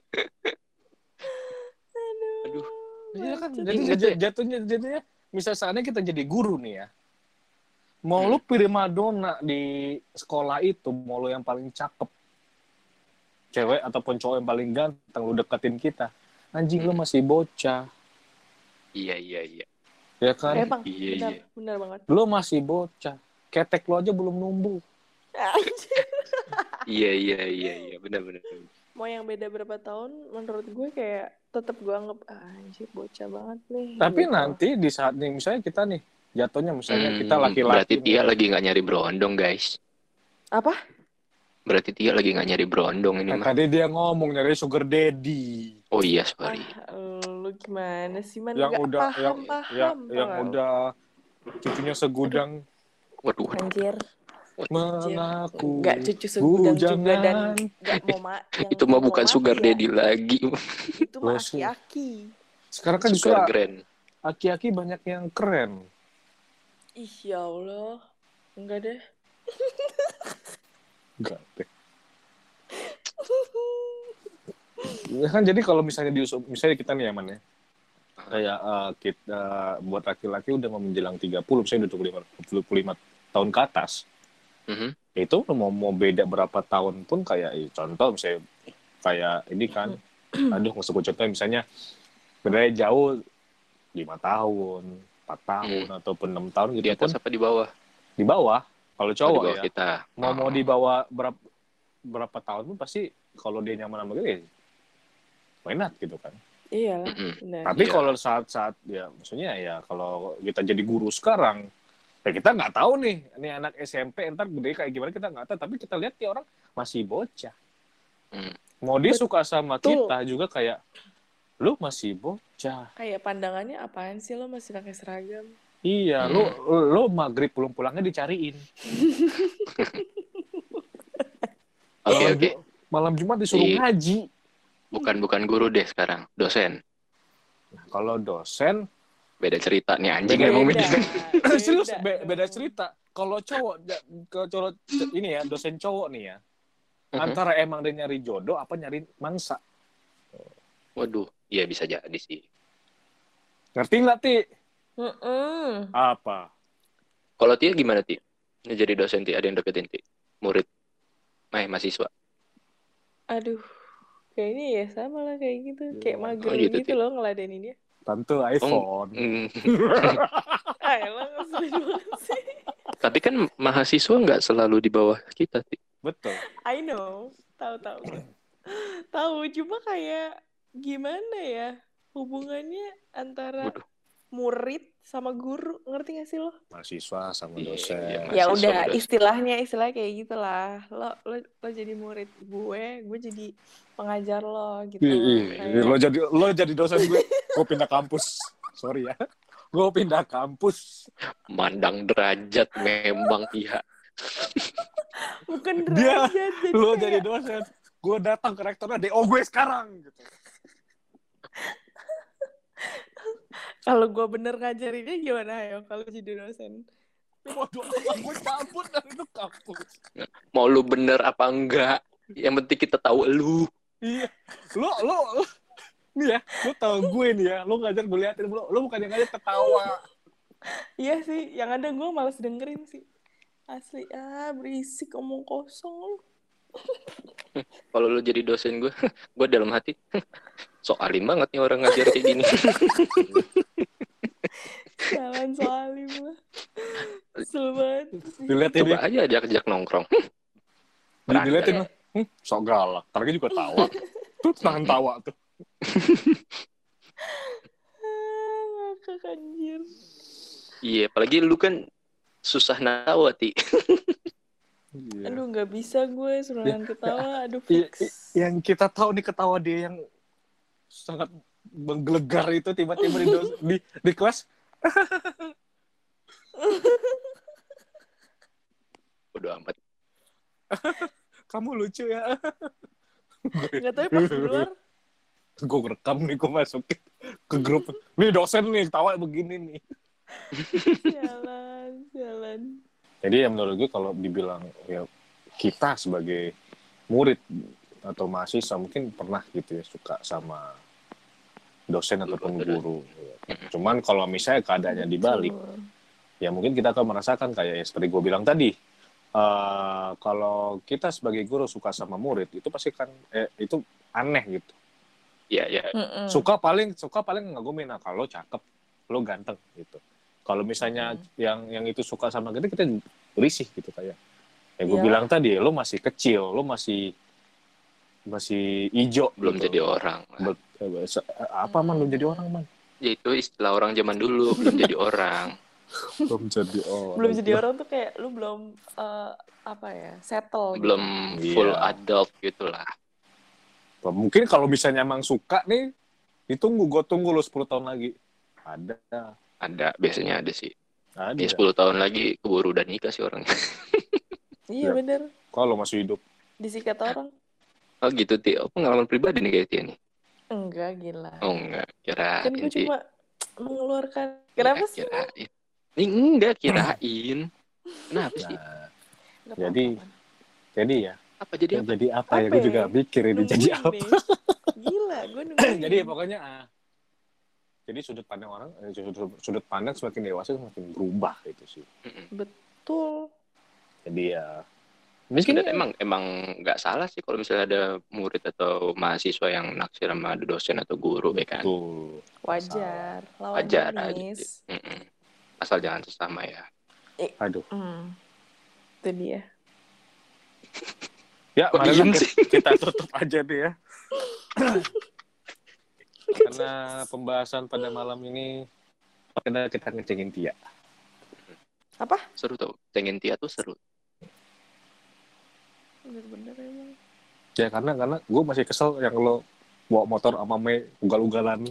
Aduh. iya kan Bacot. jadi Ingat jat- ya? jatuhnya jatuhnya misal saatnya kita jadi guru nih ya mau Hmm. lu primadona di sekolah itu mau lu yang paling cakep cewek ataupun cowok yang paling ganteng lu deketin kita anjing lu Hmm. masih bocah Iya iya iya. ya kan Emang, Iya, benar, iya. benar banget. lu masih bocah ketek lu aja belum numbuh Anjir. Iya iya iya iya benar benar. Mau yang beda berapa tahun, menurut gue kayak tetap gue anggap ah, anjir bocah banget nih. tapi gitu. nanti di saat nih misalnya kita nih jatuhnya misalnya Hmm, kita berarti laki-laki Tia nih lagi nggak nyari berondong guys. Apa? Berarti Tia lagi nggak nyari berondong ini eh, mah. tadi dia ngomong nyari sugar daddy Oh iya sorry. Ah, lu gimana sih man? yang Nggak udah yang paham ya, paham yang udah cucunya segudang Waduh waduh. Anjir. mengaku Nggak cucu segudang juga dan jangan. nggak mau ma yang Itu mah nggak mau bukan mati sugar ya. daddy lagi. Itu mah Loh, su- aki-aki. sekarang kan justru Sugar grand. aki-aki banyak yang keren Ih ya Allah. Enggak deh. enggak deh ya kan jadi kalau misalnya diusung misalnya kita nih aman ya kayak uh, kita buat laki-laki udah mau menjelang tiga puluh misalnya udah dua puluh lima tahun ke atas Mhm. itu mau mau beda berapa tahun pun kayak eh, contoh misalnya kayak ini kan aduh nggak sebut contoh misalnya bedanya jauh lima tahun empat tahun Hmm. ataupun enam tahun Di gitu pun atas apa di bawah? di bawah kalau Oh, di cowok bawah ya kita. mau mau Oh. di bawah berapa berapa tahun pun pasti kalau dia nyaman sama gue why not gitu kan Iya lah. Mm-mm. Benar. tapi Iya. kalau saat-saat ya maksudnya ya kalau kita jadi guru sekarang ya kita nggak tahu nih ini anak S M P ntar gede kayak gimana kita nggak tahu tapi kita lihat ya orang masih bocah Hmm. mau dia Betul. suka sama kita juga kayak lu masih bocah Kayak pandangannya apaan sih lo masih pakai seragam? iya Hmm. lu lu maghrib pulang pulangnya dicariin Oke malam, oke. Ju- malam Jumat disuruh Iya. ngaji Bukan bukan guru deh sekarang, dosen. nah, kalau dosen Beda cerita nih anjing Beda. emang Beda. beda. serius be- dong. beda cerita kalau cowok ja- ke cowok ini ya dosen cowok nih ya Mhm. antara emang dia nyari jodoh apa nyari mangsa Waduh, iya bisa jadi sih. ngerti nggak Ti Mm-mm. apa Kalau Tia gimana Ti? Ini jadi dosen Ti, ada yang deketin Ti? Murid, eh mahasiswa. Aduh. Kayaknya ya sama lah kayak gitu. Kayak mager Oh, gitu, gitu Ti. loh ngeladenin dia. Tante iPhone. Mm, Ah, elah ngeselin banget sih. tapi kan mahasiswa nggak selalu di bawah kita, Ti. Betul. I know. Tahu-tahu gue. Tahu, cuma kayak gimana ya hubungannya antara Waduh. murid sama guru, ngerti gak sih lo? Mahasiswa sama Iya, dosen. iya, Ya mahasiswa udah sama dosen. istilahnya istilah kayak gitulah. Lo lo lo jadi murid gue, gue jadi pengajar lo gitu. Ih, ih, Kayak lo jadi lo jadi dosen gue. Gue pindah kampus. Sorry ya. Gue pindah kampus. Mandang derajat memang pihak. bukan Dia derajat jadi lo kayak jadi dosen. Gue datang ke rektornya D O gue sekarang gitu. kalau gue bener ngajarinnya gimana ya kalau jadi dosen? Waduh, gue cabut dari itu kampus. Mau lu bener apa enggak? Yang penting kita tahu lu. Iya. Lo lo lo nih ya, lo tau gue nih ya, lo ngajar gue liatin lo, lo bukan yang ngajar ketawa. Iya sih, yang ada gue malas dengerin sih. Asli, ah berisik omong kosong. Kalau lu jadi dosen gue, gue dalam hati sok alim banget nih orang ngajar kayak gini. Jalan soalim lah. Kesel banget. Diliatin Coba dia, aja ajak-ajak nongkrong. di- diliatin lo, hm, sok galak. Ntar lagi juga tawa. Tuh tangan tawa tuh. Ah, ngakak anjir. Iya, apalagi lu kan susah nawa, Ti. Iya. Aduh, gak bisa gue suruhan ketawa. Aduh, I- fix. i- yang kita tahu nih ketawa dia yang sangat menggelegar itu tiba-tiba di dos- di, di kelas. Bodo amat. Kamu lucu ya. Gak tau ya pas di luar. Gue rekam nih, gue masukin ke grup. Nih dosen nih tawa begini nih. Jalan, jalan. Jadi ya menurut gue kalau dibilang ya kita sebagai murid atau mahasiswa mungkin pernah gitu ya suka sama dosen ataupun guru. Cuman kalau misalnya keadaannya dibalik, Betul. ya mungkin kita akan merasakan kayak ya, seperti gue bilang tadi. Uh, kalau kita sebagai guru suka sama murid itu pasti kan eh, itu aneh gitu. Iya, iya. Mm-mm. Suka paling suka paling ngagumin, nah kalau cakep, lo ganteng gitu. Kalau misalnya Mm. yang yang itu suka sama kita, kita risih gitu kayak. Ya gue Iya. bilang tadi, lo masih kecil, lo masih masih ijo. Belum gitu. jadi orang. Be- apa man belum jadi orang man? Ya itu istilah orang zaman dulu, belum jadi orang. Belum jadi orang. Belum jadi orang tuh kayak lu belum eh, apa ya settle. Belum Gitu. full Iya. adult gitu lah. Mungkin kalau misalnya emang suka nih, ditunggu, gue tunggu lo sepuluh tahun lagi. Ada. Ada, biasanya ada sih. Ada. Ya sepuluh tahun lagi keburu udah nikah sih orangnya. Iya Ya. bener. Kalau masih hidup. Disikat orang. Oh gitu, Ti. Oh, pengalaman pribadi nih kayak Tia nih. Enggak gila. Oh enggak, kirain, Kan gue Ti. cuma mengeluarkan. Kenapa Enggak, sih? kirain. Ini enggak kirain. Kenapa sih? Nah, Nggak jadi apa-apa. jadi ya. Apa jadi apa? Jadi apa, Apa ya? Gue ya? juga mikir ini Nungguin jadi apa. nih. Gila, gue nungguin. Jadi pokoknya ah, jadi sudut pandang orang, eh, sudut, sudut pandang semakin dewasa semakin berubah itu sih. Betul. Jadi ya Mungkin mungkin emang emang nggak salah sih kalau misalnya ada murid atau mahasiswa yang naksir sama dosen atau guru ya kan. tuh Wajar. Lawan Wajar aja. jenis. Mm-mm. Asal jangan sesama ya. aduh. Hmm. Itu dia. Ya, Kok mari diem kita, sih? kita tutup aja deh ya. Karena pembahasan pada malam ini kita kita ngecengin Tia. Apa? Seru tau. Cengin Tia tuh seru. Bener-bener emang. Ya karena karena gue masih kesel yang lo bawa motor sama Mei ugal-ugalan.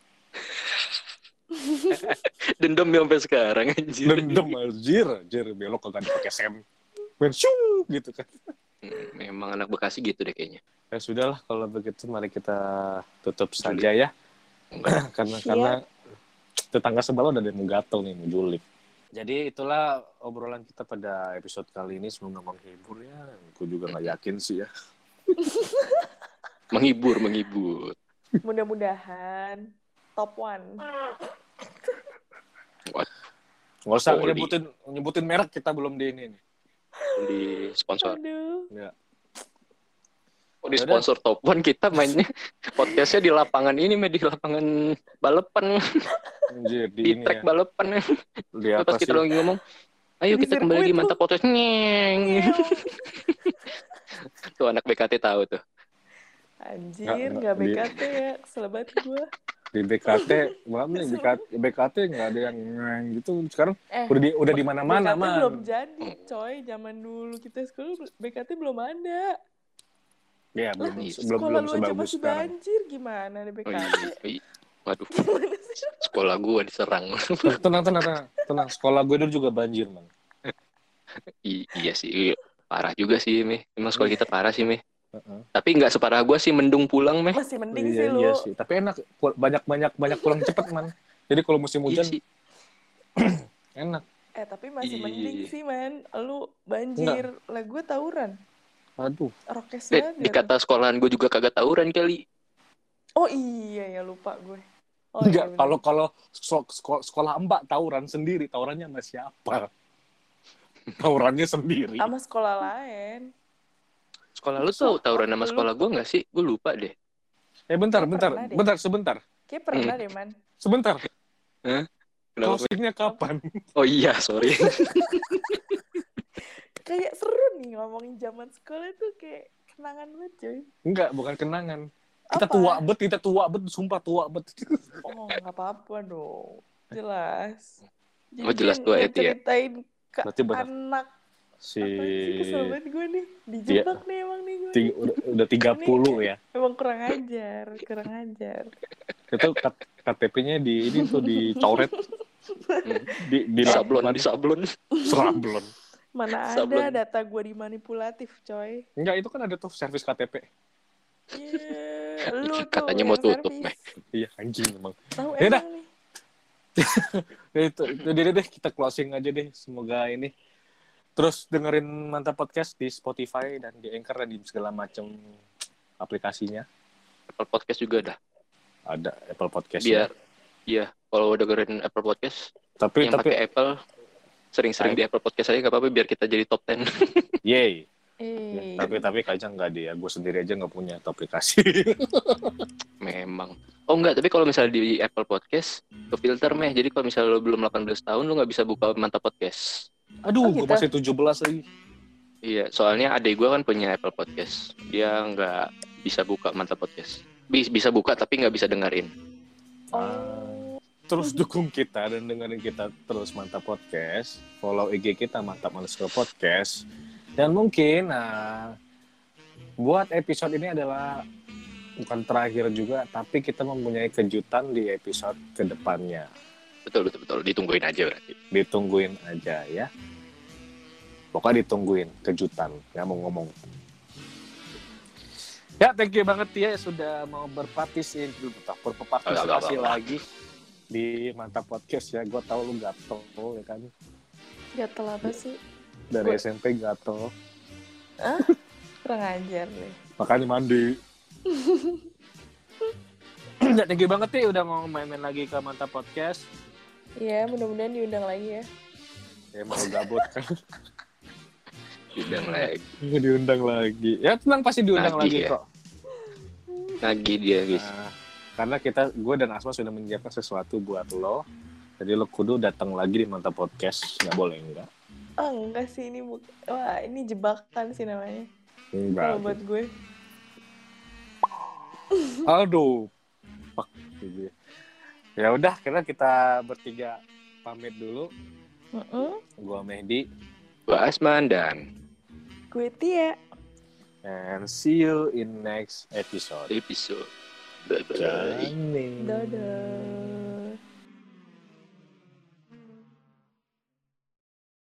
Dendam ya sampai sekarang anjir. Dendam anjir, anjir belok kagak pakai sen. Main syung gitu kan. Hmm, memang anak Bekasi gitu deh kayaknya. Ya sudahlah kalau begitu mari kita tutup saja ya. karena Siap. karena tetangga sebelah udah ada yang menggatel nih, menjulik. Jadi itulah obrolan kita pada episode kali ini, semoga menghibur ya. Aku juga nggak yakin sih ya. Menghibur, menghibur. Mudah-mudahan top one. Nggak usah Poli. nyebutin nyebutin merek, kita belum di ini nih. Di sponsor. Aduh. Ya. Oh, di sponsor Top One kita mainnya podcastnya di lapangan ini, di lapangan balapan, Anjir, di, di ini track ya. balapan. Di Pas apa kita sih? lagi ngomong, ayo Di kita kembali sirkuit lagi tuh. mantap podcast. Nyeng. Tuh anak B K T tahu tuh. Anjir, Nggak- nggak nggak, B di- K T ya, selebat gue. Di B K T, malam nih B K T, B K T nggak ada yang ngeng gitu. Sekarang Eh, udah di udah di mana-mana, B K T man. belum jadi, coy. Zaman dulu kita sekolah B K T belum ada. Ya, belum Ih, belum Sekolah belum lu aja sebagus masih sekarang. banjir, gimana ada B Oh, K T? iya, iya. Waduh, Gimana sih? sekolah gua diserang. Tenang, tenang, tenang, tenang. Sekolah gue dulu juga banjir, man. I- iya sih, parah juga sih, Meh. Emang sekolah kita parah sih, Meh. Heeh. Tapi nggak separah gua sih, mendung pulang, Meh. Masih mending Iya, sih lu. iya sih. Tapi enak, banyak banyak banyak pulang cepet, man. Jadi kalau musim Iya hujan sih. enak. Eh, tapi masih Iya. mending sih, man. Lu banjir, lah gue tawuran. Aduh. Rokes Eh, banget. di kata sekolahan gue juga kagak tawuran kali. Oh iya ya, lupa gue. Oh, Enggak, iya, bener. kalau kalau so- sekolah, sekolah mbak tawuran sendiri, tawurannya sama siapa? Tawurannya sendiri. Sama sekolah lain. Sekolah lu tuh tawuran sama Lu- sekolah gue nggak sih? Gue lupa deh. Eh bentar, Kayak bentar, pernah deh. bentar, sebentar, Kayak pernah deh, man. sebentar. Kenapa? Closingnya kapan? Oh iya, sorry. Kayak seru nih ngomongin zaman sekolah tuh kayak kenangan banget, coy. Enggak, bukan kenangan. Kita Apa? tua bet, kita tua bet, sumpah tua bet. Oh, nggak apa-apa dong. Jelas. Oh, jelas tua itu ya. Ceritain ke Berarti benar. anak. Si Apa sih, kesel banget gue nih. Dijebak nih emang nih gue. tiga, udah, udah tiga puluh ya. Emang kurang ajar, kurang ajar. Itu K T P-nya di ini tuh dicoret. Di di Sablon, lapan- di sablon. Sablon. Mana Sablon. ada data gue dimanipulatif, coy. Enggak, itu kan ada tuh servis K T P. Iya, lu tuh Katanya yang mau tutup, servis. Meh. Iya, anjing emang. Tahu Ya emang dah. nih. Ya, itu, itu deh, deh, kita closing aja deh. Semoga ini. Terus dengerin Mantap Podcast di Spotify dan di Anchor dan di segala macam aplikasinya. Apple Podcast juga dah. Ada Apple Podcast. Biar, iya. Kalau dengerin Apple Podcast, Tapi yang tapi pakai Apple, sering-sering di Apple Podcast aja nggak apa-apa biar kita jadi top sepuluh. yay. Eh, Ya, tapi tapi kayaknya nggak dia. Gue sendiri aja nggak punya tuh aplikasi. Memang. Oh enggak, tapi kalau misalnya di Apple Podcast, ke filter, Meh. Jadi kalau misalnya lo belum delapan belas tahun, lo nggak bisa buka Mantap Podcast. Aduh, Oh, gue gitu? masih tujuh belas lagi. Iya, soalnya adik gue kan punya Apple Podcast. Dia nggak bisa buka Mantap Podcast. Bis- Bisa buka tapi nggak bisa dengerin. oh, Terus dukung kita dan dengerin kita terus Mantap Podcast. Follow I G kita Mantap underscore podcast. Dan mungkin nah, buat episode ini adalah bukan terakhir juga, tapi kita mempunyai kejutan di episode kedepannya. Betul, betul, betul. Ditungguin aja berarti. Ditungguin aja ya. Pokoknya ditungguin kejutan, nggak mau ngomong. Ya, thank you banget ya sudah mau berpartisipasi, berpartisipasi lagi di Mantap Podcast ya. Gue tahu lu gatel ya kan. gatel apa sih? Dari Gua- S M P gatel. Hah? Kurang ajar nih. Makanya mandi. Ya, thank you banget ya udah mau main-main lagi ke Mantap Podcast. Iya, mudah-mudahan diundang lagi ya. Ya mau gabut kan. Diundang lagi. Diundang lagi. Ya tenang, pasti diundang Nagih lagi ya. kok. Lagi dia, guys. Nah, karena kita, gue dan Asma sudah menyiapkan sesuatu buat lo. Jadi lo kudu datang lagi di Mantap Podcast. Nggak boleh enggak? Oh, enggak sih ini bu- wah, ini jebakan sih namanya. Enggak. Kalau buat gue. Aduh. Fuck. Gitu. Ya udah, karena kita bertiga pamit dulu. Heeh. Gue Mehdi. Gue Asman dan Gue Tia. And see you in next episode. episode. Bye-bye. Jamin. Dadah.